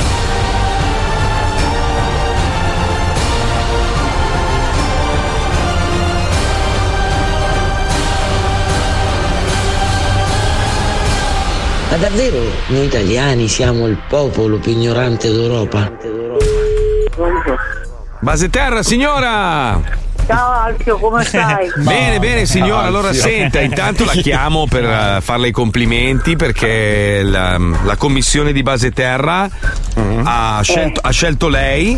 Ma davvero noi italiani siamo il popolo più ignorante d'Europa? Base terra, signora! Ciao Alfio, come stai? Bene signora, allora senta, intanto la chiamo per farle i complimenti perché la commissione di Base Terra ha scelto lei,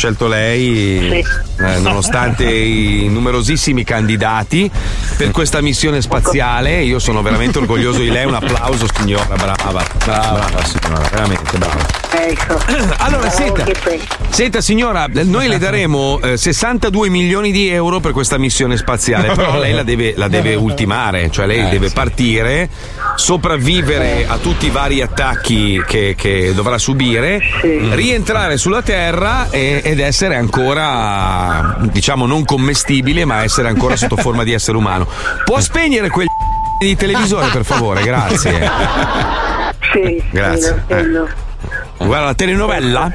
nonostante i numerosissimi candidati per questa missione spaziale. Io sono veramente orgoglioso di lei, un applauso signora, brava signora, veramente brava. Ecco. Allora senta signora, noi le daremo 62 milioni di euro per questa missione spaziale, però lei la deve ultimare, cioè lei deve partire, sopravvivere a tutti i vari attacchi che dovrà subire, rientrare sulla Terra ed essere ancora, diciamo, non commestibile, ma essere ancora sotto forma di essere umano. Può spegnere quel di televisore, per favore? Grazie. Sì, grazie. Guarda la telenovella?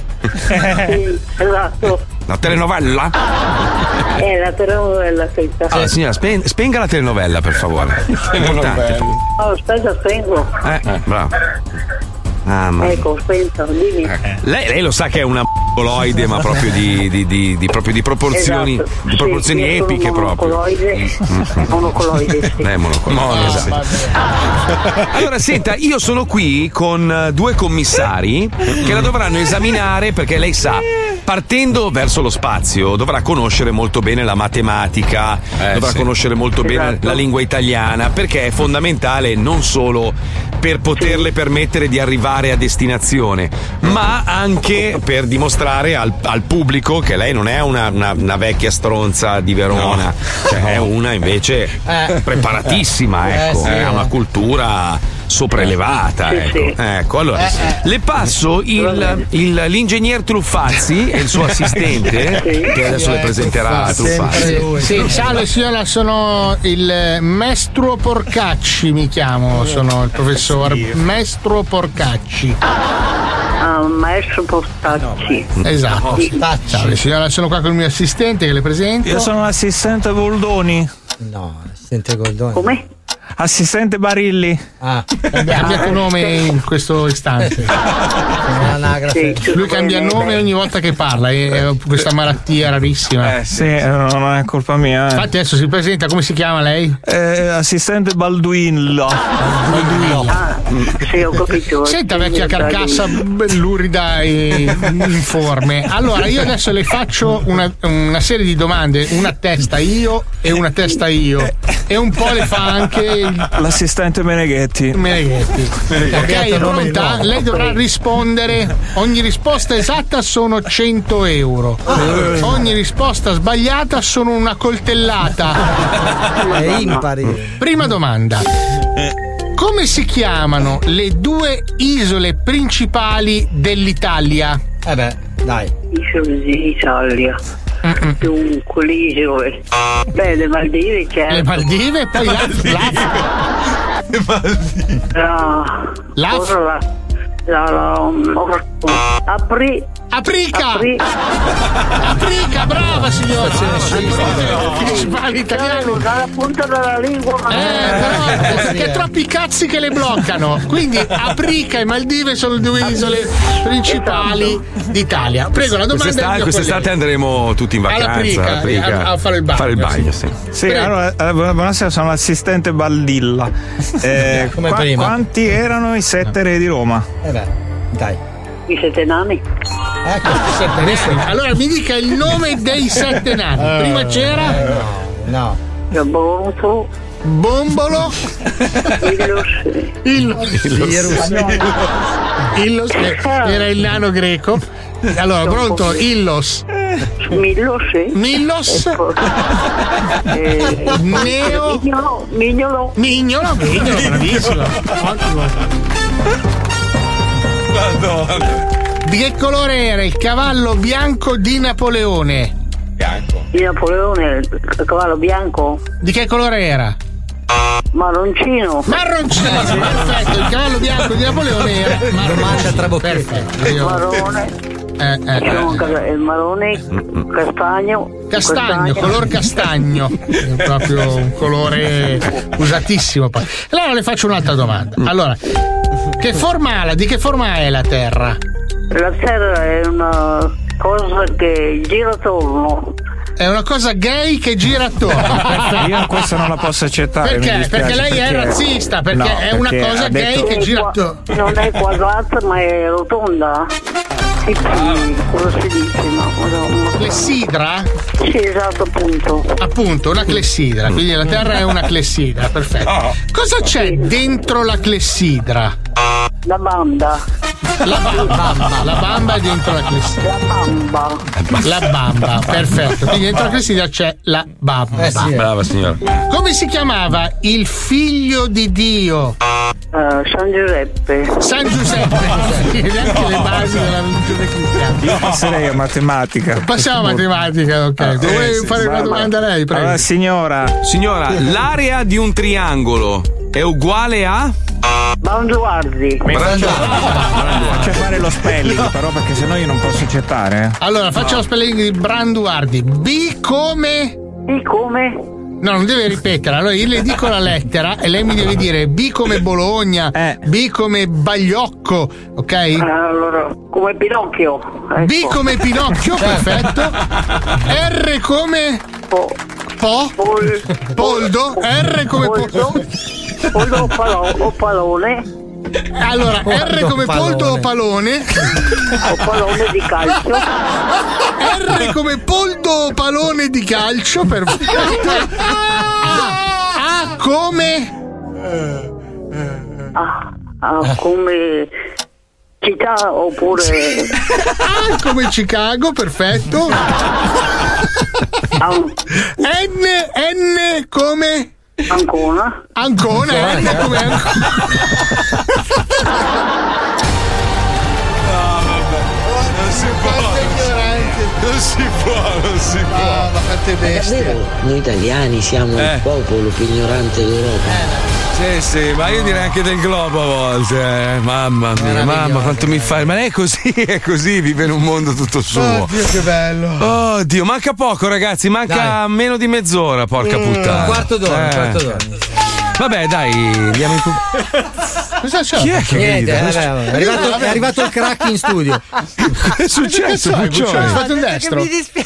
Sì, esatto. La telenovella? La telenovella, senta. Allora, signora, spenga la telenovella, per favore. È importante. Oh, aspetta, spengo. Bravo. Ecco, spento, dimmi. Lei lo sa che è una mongoloide, ma proprio di proporzioni, Esatto. di proporzioni Sì, epiche proprio. Monocoloide, sì. Monocoloide, esatto. Allora, senta, io sono qui con due commissari che la dovranno esaminare perché lei sa, partendo verso lo spazio, dovrà conoscere molto bene la matematica, dovrà conoscere molto bene la lingua italiana, perché è fondamentale non solo per poterle permettere di arrivare a destinazione, ma anche per dimostrare al pubblico che lei non è una vecchia stronza di Verona, cioè è una invece preparatissima, ecco, ha una cultura sopraelevata, ecco. Allora le passo l'ingegner Truffazzi e il suo assistente che adesso le presenterà Truffazzi. Salve signora, sono il Mestro Porcacci, mi chiamo, sono il professor Mestro Porcacci. Maestro Porcacci. Esatto. Salve signora, sono qua con il mio assistente che le presento. Io sono l'assistente Goldoni. No, assistente Goldoni. Come? Assistente Barilli. Cambiato nome in questo istante. Lui cambia nome ogni volta che parla, è questa malattia rarissima. Sì, non è colpa mia. Infatti adesso si presenta, come si chiama lei? Assistente Balduino. Sì, ho capito. Senta vecchia carcassa lurida e informe. Allora io adesso le faccio una serie di domande, una testa io e una testa io, e un po' le fa anche l'assistente Meneghetti. Ok, è pronta? Lei dovrà rispondere. Ogni risposta esatta sono 100 euro. Ogni risposta sbagliata sono una coltellata. È impari. Prima domanda. Come si chiamano le due isole principali dell'Italia? Dai. Isole d'Italia. più un coliseo. Beh, le Maldive, certo. Le Maldive e poi l'Africa. Aprica, brava signora. Principali italiani. Dalla punta della lingua. Però perché troppi cazzi che le bloccano. Quindi Aprica e Maldive sono le due isole principali d'Italia. Prego, la domanda. Quest'estate andremo tutti in vacanza all'Aprica, a fare il bagno. Fare il bagno, sì. Sì, allora, buonasera, sono l'assistente Baldilla. Quanti erano i 7 re di Roma? Dai. I 7 nani. Ecco, 7 nani. Allora mi dica il nome dei 7 nani. Prima c'era? No. Bombolo. Illos, che era il nano greco. Allora, pronto? Illos. Millos. Neo. Mignolo, bravissimo. Madonna. Di che colore era il cavallo bianco di Napoleone? Bianco. Di Napoleone, il cavallo bianco? Di che colore era? Marroncino. Perfetto, il cavallo bianco di Napoleone era marrone. Perfetto. Marrone. Il marrone, castagno, color castagno. È proprio un colore usatissimo poi. Allora le faccio un'altra domanda. Allora, che forma ha? Di che forma è la Terra? La Terra è una cosa che gira attorno. È una cosa gay che gira attorno. Io questa non la posso accettare. Perché? Perché lei è razzista, perché è una cosa gay che gira attorno. Non è quadrata ma è rotonda. Cosa si dice? Clessidra? Sì, esatto, appunto, una clessidra, quindi la Terra è una clessidra, perfetto. Cosa c'è dentro la clessidra? La bamba. La bamba è dentro la clessidra. La bamba, perfetto. Quindi dentro la clessidra c'è la bamba. Sì. Brava signora. Come si chiamava il figlio di Dio? San Giuseppe. Neanche le basi della religione cristiana. Io passerei a matematica. Passiamo a matematica, ok. Vuoi fare una domanda a lei? Prego. Allora, signora, l'area di un triangolo è uguale a? Branduardi. Faccia fare lo spelling, però, perché sennò io non posso accettare. Allora, faccio lo spelling di Branduardi. B come? No, non deve ripetere. Allora io le dico la lettera e lei mi deve dire B come Bologna, B come Bagliocco, ok? Allora, come Pinocchio. Ecco. B come Pinocchio, perfetto. R come Poldo. R come Poldo o Palone. Allora, R come Poldo o Palone. O Palone di calcio. R come Poldo o Palone di calcio, perfetto. A come? Come città oppure. A come Chicago, perfetto. N come? Ancona, N come Ancona. Non si può. Ma quante bestie. Noi italiani siamo il popolo più ignorante d'Europa. Sì, ma io direi anche del globo a volte. Mamma mia, quanto mi fai. Ma lei è così, vive in un mondo tutto suo. Oddio, che bello. Oddio, manca poco, ragazzi, manca meno di mezz'ora, porca puttana. Un quarto d'ora. Vabbè, dai, andiamo in Cosa c'è? Chi è che grida? È arrivato il crack in studio. Che è successo? Puccioni? È stato un destro.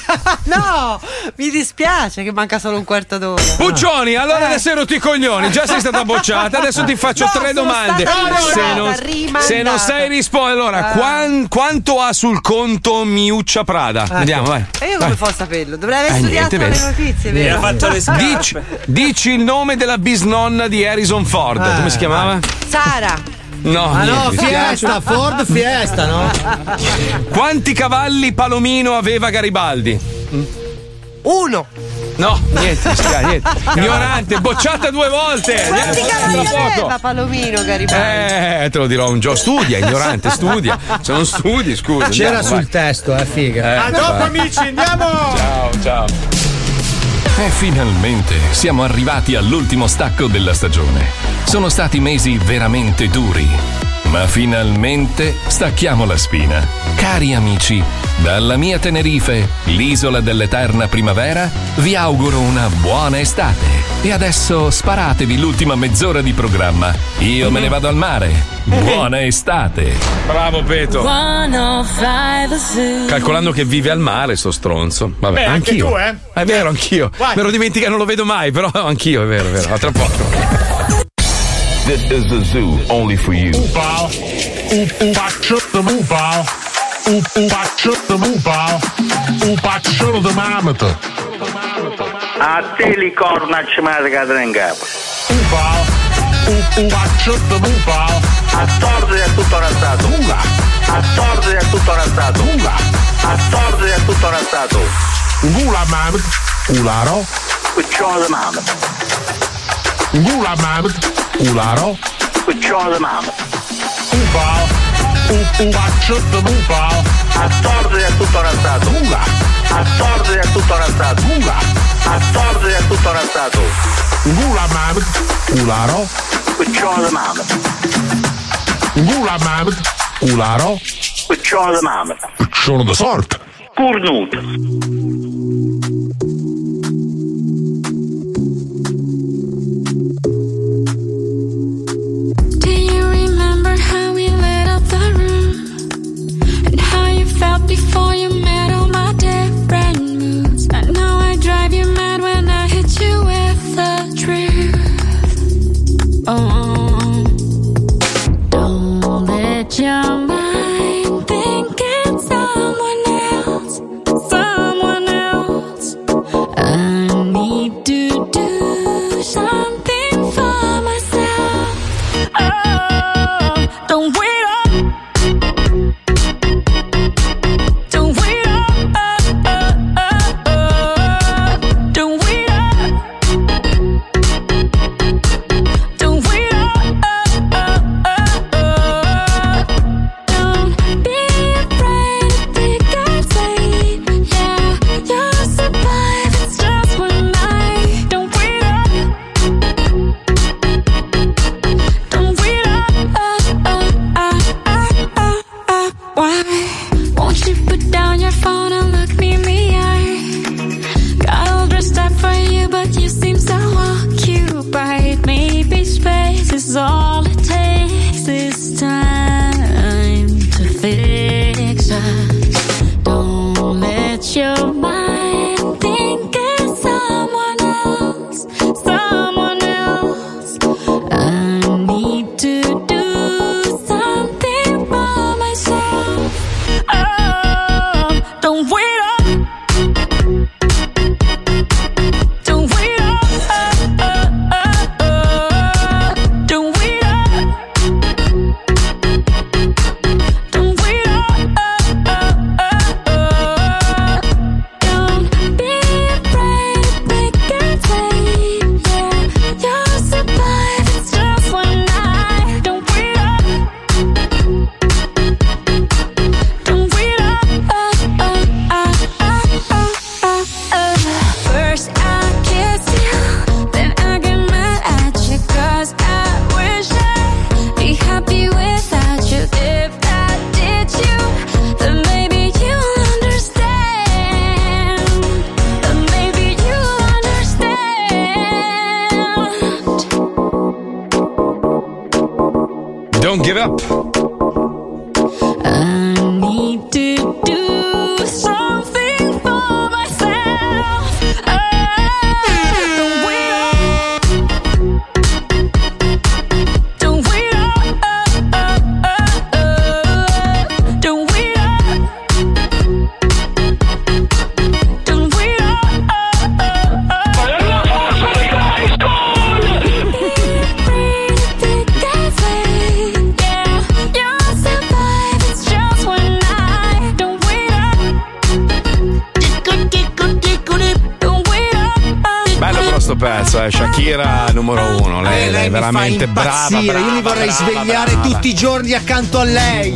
Mi dispiace che manca solo un quarto d'ora. Puccioni, allora adesso hai rotto i coglioni. Già sei stata bocciata, adesso ti faccio 3 domande. Se non sai rispondere, allora, quanto ha sul conto Miuccia Prada? Andiamo, vai. E io come posso saperlo? Dovrei aver studiato le notizie, vero? Ha fatto le scarpe. Dici il nome della bisnonna di Harrison Ford. Come si chiamava? Sara. No, Fiesta, Ford Fiesta, no? Quanti cavalli Palomino aveva Garibaldi? 1. No, niente, niente. Ignorante, bocciata 2 volte. Quanti cavalli aveva Palomino Garibaldi? Te lo dirò un giorno. Studia, ignorante, studia. Se non studi, scusa. C'era andiamo, sul vai. testo, figa. A dopo, amici, andiamo! Ciao. E finalmente siamo arrivati all'ultimo stacco della stagione. Sono stati mesi veramente duri, ma finalmente stacchiamo la spina. Cari amici, dalla mia Tenerife, l'isola dell'eterna primavera, vi auguro una buona estate. E adesso sparatevi l'ultima mezz'ora di programma. Io me ne vado al mare. Buona estate. Bravo Peto. Calcolando che vive al mare, sto stronzo. Vabbè, Beh, anche anch'io. tu, eh? È vero, anch'io. Vai. Me lo dimentico, non lo vedo mai, però anch'io, è vero. A tra poco. This is the zoo, only for you. A te li corna ci manda in capo. A torto è tutto razzato. A torto è tutto razzato. A torto è tutto razzato. Gula man, ularo. Cuccione di mamma. Gula man, ularo. Cuccione di mamma. A torto è tutto razzato. A torto è tutto razzato. A torto è tutto razzato. Gula man, ularo. Cuccione di mamma. Gula man, ularo. Cuccione di mamma. Sono da sorte. Cornuto. Do you remember how we lit up the room? And how you felt before you met all my different moods? And now I drive you mad when I hit you with the truth. Oh, don't let your mind think it's someone else. Someone else. I need to do something for myself. Oh, don't wait up. Don't wait up. Don't wait up. Don't wait up. Don't be afraid to take a seat. Yeah, you'll survive. It's just one night. Don't wait up. Don't wait up. Why won't you put down your phone and look me in the eye? Got all dressed up for you, but you seem so occupied. Maybe space is all it takes this time to fix us. Don't let your mind think it's someone else. Someone else. I need to do something for myself. Oh, don't wait up. Don't wait up. Don't wait up. Don't wait up. Don't be afraid to take a seat. Yeah, you'll survive. It's just one night. Don't wait up. Don't wait up. First I kiss you, then I get mad at you, 'cause I wish I'd be happy without you. If I did you, then maybe you'll understand. Then maybe you'll understand. Don't give up. I need to do something for myself. Don't wait up. Don't wait up. Don't wait up. Don't wait up. sto pezzo, Shakira numero 1. Lei è veramente mi fa brava. impazzire. Io mi vorrei svegliare tutti i giorni accanto a lei.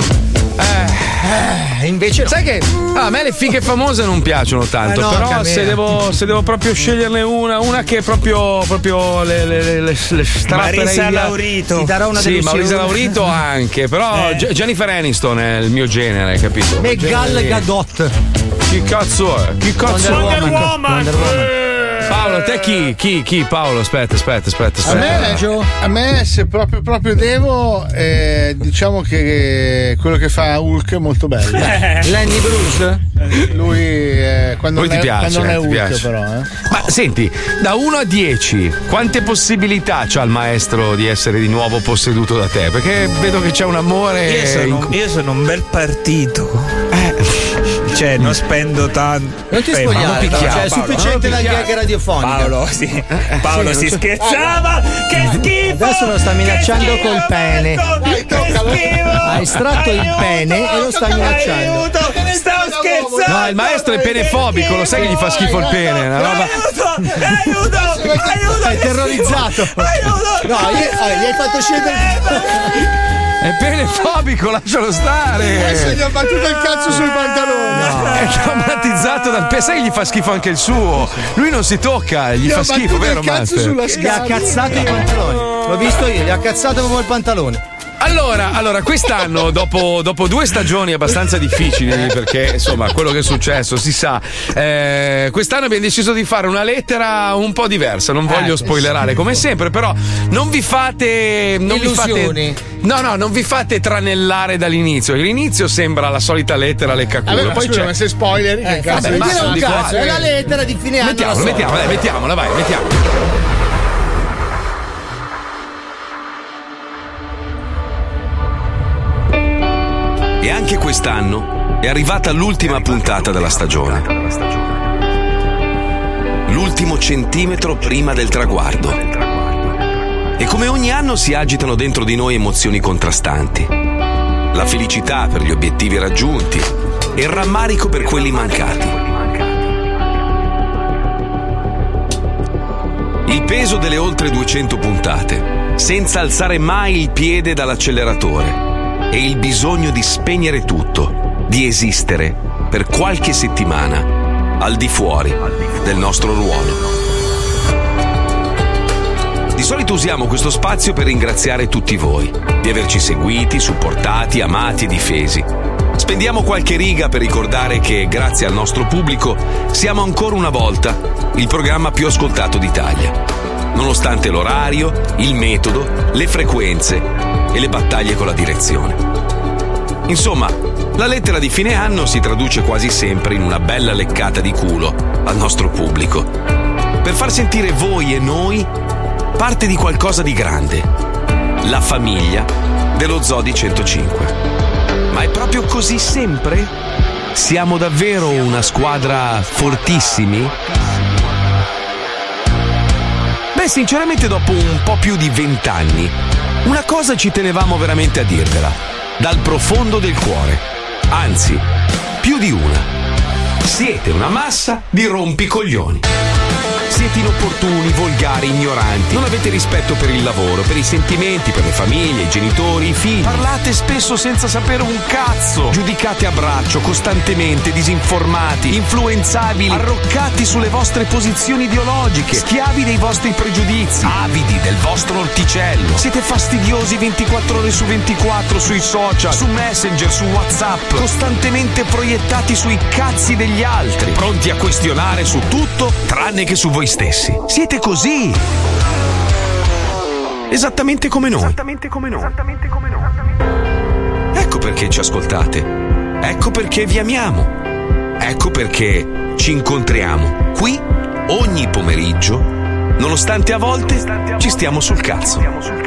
Invece sai che a me le fighe famose non piacciono tanto, no, però Camera. se devo proprio sceglierne una che proprio le strapperei Marisa via. Laurito. Ti darò una Sì, delusione. Marisa Laurito anche, però Jennifer Aniston è il mio genere, capito? E Gal Gadot. Chi cazzo è? Chi cazzo Wonder è? Woman. Paolo, te chi? Paolo, aspetta. A me, se proprio devo, diciamo che quello che fa Hulk è molto bello. Lenny Bruce? Lui quando Lui non ti è, piace, quando non è ti Hulk, piace. però. Ma senti, da 1 a 10, quante possibilità c'ha il maestro di essere di nuovo posseduto da te? Perché vedo che c'è un amore. Io sono un bel partito. Cioè, non spendo tanto. Non ti spogliare, no, cioè, è sufficiente la gag radiofonica. Paolo, sì. Paolo si scherzava. Che schifo! Adesso lo sta minacciando col pene. Ha estratto il pene e lo sta minacciando. Aiuto! Stavo scherzando! No, il maestro è penefobico, lo sai che gli fa schifo il pene, è una roba. Aiuto! È terrorizzato. No, gli hai fatto scendere. È penefobico, lascialo stare. Adesso gli ho battuto il cazzo sul pantalone. È traumatizzato dal pene, sai che gli fa schifo anche il suo. Lui non si tocca, gli fa schifo, vero Master? Gli ha cazzato i pantaloni. L'ho visto io, gli ha cazzato proprio il pantalone. Allora, quest'anno, dopo 2 stagioni abbastanza difficili, perché insomma quello che è successo si sa, quest'anno abbiamo deciso di fare una lettera un po' diversa. Non voglio spoilerare come sempre, però non vi fate illusioni. Non vi fate tranellare dall'inizio. L'inizio sembra la solita lettera leccaculo. Poi scusa, c'è. ma se spoiler, che cazzo Vabbè, di ma non di cazzo, qua? è la lettera di fine anno. Mettiamola, vai. E anche quest'anno è arrivata l'ultima puntata della stagione. L'ultimo centimetro prima del traguardo. E come ogni anno si agitano dentro di noi emozioni contrastanti. La felicità per gli obiettivi raggiunti e il rammarico per quelli mancati. Il peso delle oltre 200 puntate, senza alzare mai il piede dall'acceleratore. E il bisogno di spegnere tutto, di esistere per qualche settimana al di fuori del nostro ruolo. Di solito usiamo questo spazio per ringraziare tutti voi di averci seguiti, supportati, amati e difesi. Spendiamo qualche riga per ricordare che, grazie al nostro pubblico, siamo ancora una volta il programma più ascoltato d'Italia, nonostante l'orario, il metodo, le frequenze e le battaglie con la direzione. Insomma, la lettera di fine anno si traduce quasi sempre in una bella leccata di culo al nostro pubblico, per far sentire voi e noi parte di qualcosa di grande, la famiglia dello Zodi 105. Ma è proprio così sempre? Siamo davvero una squadra fortissimi? Beh, sinceramente dopo un po' più di 20 anni, una cosa ci tenevamo veramente a dirvela, dal profondo del cuore. Anzi, più di una. Siete una massa di rompicoglioni. Siete inopportuni, volgari, ignoranti. Non avete rispetto per il lavoro, per i sentimenti, per le famiglie, i genitori, i figli. Parlate spesso senza sapere un cazzo. Giudicate a braccio, costantemente, disinformati, influenzabili, arroccati sulle vostre posizioni ideologiche, schiavi dei vostri pregiudizi, avidi del vostro orticello. Siete fastidiosi 24 ore su 24 sui social, su Messenger, su WhatsApp, costantemente proiettati sui cazzi degli altri, pronti a questionare su tutto tranne che su voi stessi. Siete così. Esattamente come noi. Ecco perché ci ascoltate. Ecco perché vi amiamo. Ecco perché ci incontriamo qui ogni pomeriggio, nonostante a volte ci stiamo sul cazzo.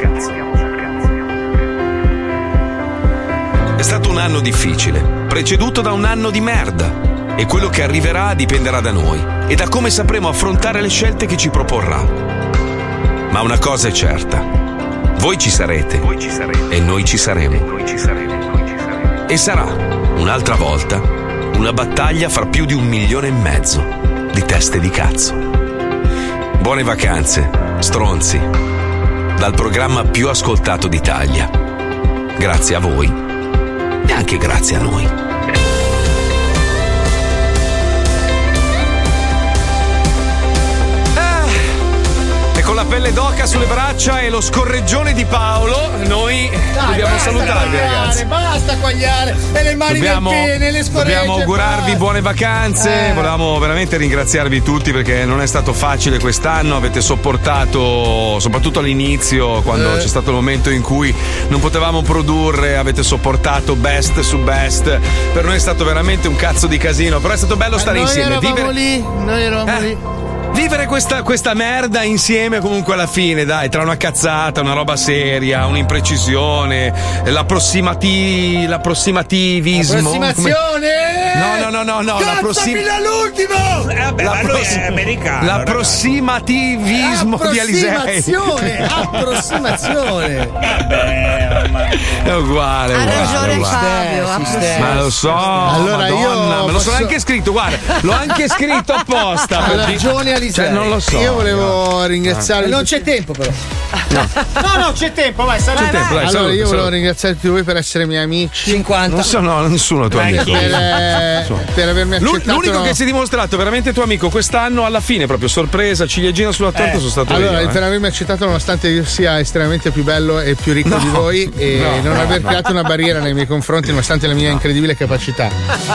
È stato un anno difficile, preceduto da un anno di merda. E quello che arriverà dipenderà da noi e da come sapremo affrontare le scelte che ci proporrà. Ma una cosa è certa: voi ci sarete e noi ci saremo. E sarà, un'altra volta, una battaglia fra più di 1,5 milioni di teste di cazzo. buone vacanze, stronzi, dal programma più ascoltato d'Italia. Grazie a voi e anche grazie a noi. Con la pelle d'oca sulle braccia e lo scorreggione di Paolo, noi dobbiamo salutarvi, ragazzi. Basta quagliare e le mani nel pene, le scorregge. Dobbiamo augurarvi buone vacanze. Volevamo veramente ringraziarvi tutti perché non è stato facile quest'anno. Avete sopportato, soprattutto all'inizio, quando c'è stato il momento in cui non potevamo produrre, avete sopportato best su best. Per noi è stato veramente un cazzo di casino, però è stato bello stare insieme. Noi eravamo lì. Vivere questa merda insieme comunque alla fine, dai, tra una cazzata, una roba seria, un'imprecisione, l'approssimativismo. L'approssimazione? No, l'ultimo! Ma lui è americano. L'approssimativismo di Alisei. Approssimazione. È uguale. Ha ragione uguale. Fabio. Ma lo so. Allora Madonna, io me lo sono anche scritto, guarda, l'ho anche scritto apposta. Ha ragione Alisei. Cioè, non lo so. Io volevo ringraziare. Non c'è tempo però. No, c'è tempo, vai, C'è tempo, dai, Allora saluto, io volevo saluto. ringraziare tutti voi per essere miei amici. 50. Non sono nessuno tuo amico. Per avermi accettato. L'unico che si è dimostrato veramente tuo amico quest'anno, alla fine, proprio sorpresa, ciliegina sulla torta, sono stato allora, io. per avermi accettato nonostante io sia estremamente più bello e più ricco di voi e non aver creato una barriera nei miei confronti nonostante la mia incredibile capacità.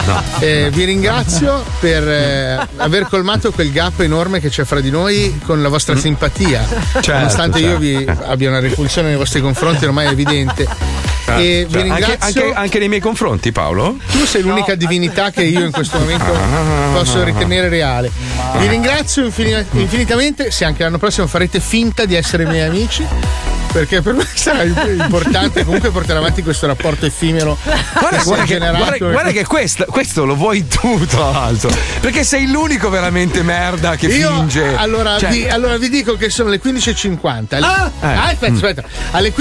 Vi ringrazio per aver colmato quel gap enorme che c'è fra di noi con la vostra simpatia. Nonostante io vi abbia una repulsione nei vostri confronti ormai evidente. E vi ringrazio anche nei miei confronti, Paolo? Tu sei l'unica divinità che io in questo momento posso ritenere reale. Vi ringrazio infinitamente. Se anche l'anno prossimo farete finta di essere miei amici, perché per me sarà importante comunque portare avanti questo rapporto effimero. Guarda che questo lo vuoi tu, tra l'altro, perché sei l'unico veramente merda che finge. Allora vi dico che sono le 15:50. Aspetta. Alle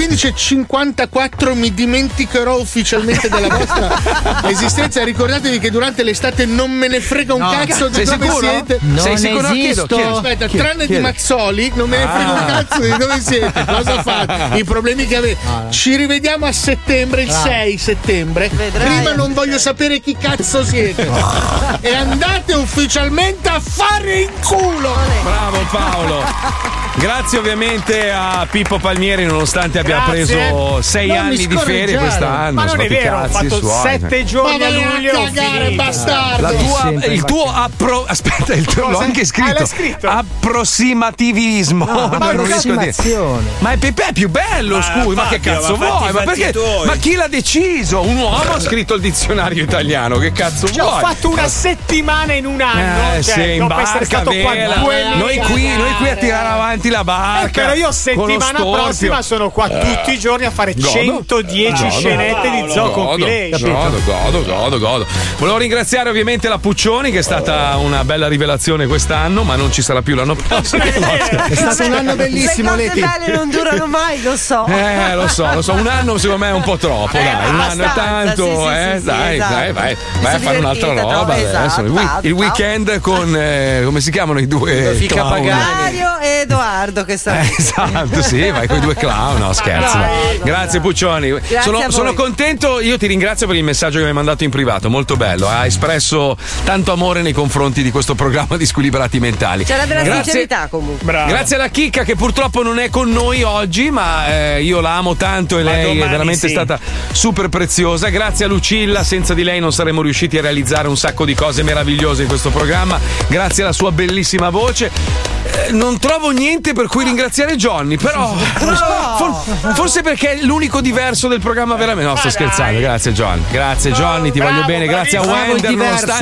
15:54 mi dimenticherò ufficialmente della vostra esistenza e ricordatevi che durante l'estate non me ne frega un cazzo di dove siete. Sei sicuro? Chiedo. Aspetta, tranne di Mazzoli non me ne frega un cazzo di dove siete. Cosa fate? I problemi che avete. Ci rivediamo a settembre, il 6 settembre. Prima non voglio sapere chi cazzo siete. E andate ufficialmente a fare in culo. Bravo Paolo. Grazie ovviamente a Pippo Palmieri, nonostante abbia preso 6 anni di ferie quest'anno. Ma non è vero, ho fatto 7 giorni a luglio. Bastardo. Il tuo aspetta, l'ho anche scritto. Approssimativismo. Ma non riesco a dire. Ma è più bello, scusi, ma che cazzo vuoi? Ma perché? Ma chi l'ha deciso? Un uomo ha scritto il dizionario italiano, che cazzo vuoi? Ho fatto una settimana in un anno. In barca, vela. Noi qui a tirare avanti la barca. Però io settimana prossima sono qua tutti i giorni a fare 110 scenette di Zoo con Pilei. Godo. Volevo ringraziare ovviamente la Puccioni, che è stata una bella rivelazione quest'anno, ma non ci sarà più l'anno prossimo. È stato un anno bellissimo, Le cose Leti. belle non durano mai, lo so. Lo so, un anno secondo me è un po' troppo, dai, un anno è tanto, dai, vai a fare un'altra roba adesso. Il weekend con come si chiamano i due clown? Mario e Edoardo che stanno. Esatto, sì, vai con i due clown, no scherzo. Grazie Puccioni. Sono contento, io ti ringrazio per il messaggio che mi hai mandato in privato, molto bello, ha espresso tanto amore nei confronti di questo programma di Squilibrati Mentali. C'era della sincerità comunque. Grazie alla Chicca che purtroppo non è con noi oggi, ma io la amo tanto e lei è veramente stata super preziosa. Grazie a Lucilla, senza di lei non saremmo riusciti a realizzare un sacco di cose meravigliose in questo programma. Grazie alla sua bellissima voce. Non trovo niente per cui ringraziare Johnny, però forse perché è l'unico diverso del programma veramente. No, sto scherzando, grazie Johnny. Grazie Johnny, ti voglio bene, grazie a Wender,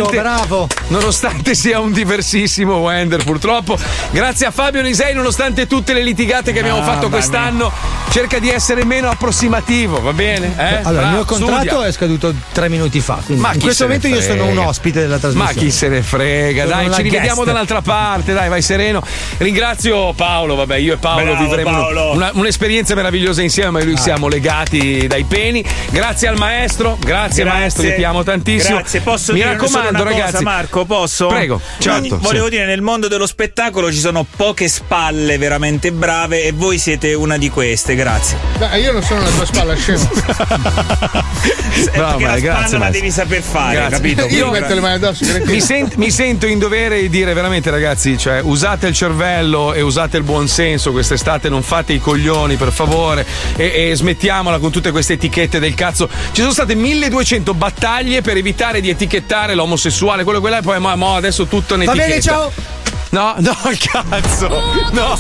nonostante sia un diversissimo Wender purtroppo. Grazie a Fabio Lisei, nonostante tutte le litigate che abbiamo fatto quest'anno, cerca di essere meno approssimativo, va bene? Allora, il mio contratto è scaduto 3 minuti fa, quindi in questo momento io sono un ospite della trasmissione. Ma chi se ne frega, dai, ci rivediamo dall'altra parte, dai, vai sereno. Ringrazio Paolo, vabbè, io e Paolo Bravo, vivremo Paolo. un'esperienza meravigliosa insieme, lui siamo legati dai peni. Grazie al maestro, grazie maestro, che ti amo tantissimo. Grazie, posso Mi dire raccomando, solo una ragazzi. cosa, Marco, posso? Prego, certo. Volevo dire, nel mondo dello spettacolo ci sono poche spalle veramente brave e voi siete una di queste, grazie. Dai, io non sono la tua spalla, scemo. Perché la spalla la devi saper fare, Grazie. capito? Io metto le mani addosso. Mi sento in dovere di dire veramente, ragazzi, cioè usate il cervello e usate il buon senso quest'estate, non fate i coglioni, per favore, e smettiamola con tutte queste etichette del cazzo. Ci sono state 1200 battaglie per evitare di etichettare l'omosessuale, quello e poi mo adesso tutto ne Va etichetta. bene, ciao. No, cazzo. No.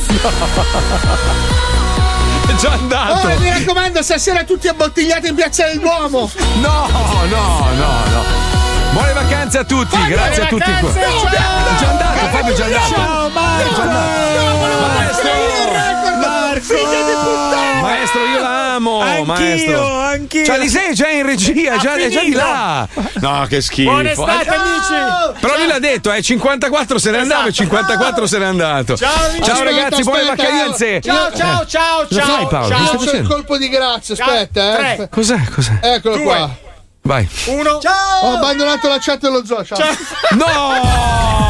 È già andato. Oh, mi raccomando, stasera tutti abbottigliati in Piazza del Duomo. No. Buone vacanze a tutti, grazie a tutti. Vacanze, ciao. È già andato, Fabio è già andato. Ciao, Maestro, io la amo, maestro. Anch'io. Cioè, sei già in regia, è già di là. No, che schifo. Buona estate, amici. Però lui l'ha detto, 54 se ne andava e 54 se n'è andato. Ciao ragazzi, buone vacanze. Ciao. Cosa fai, Paolo? Cosa stai C'è il facendo? colpo di grazia, aspetta, eh. Cos'è? Eccolo qua. Vai. Uno. Ho abbandonato la chat dello zoo. Ciao. No!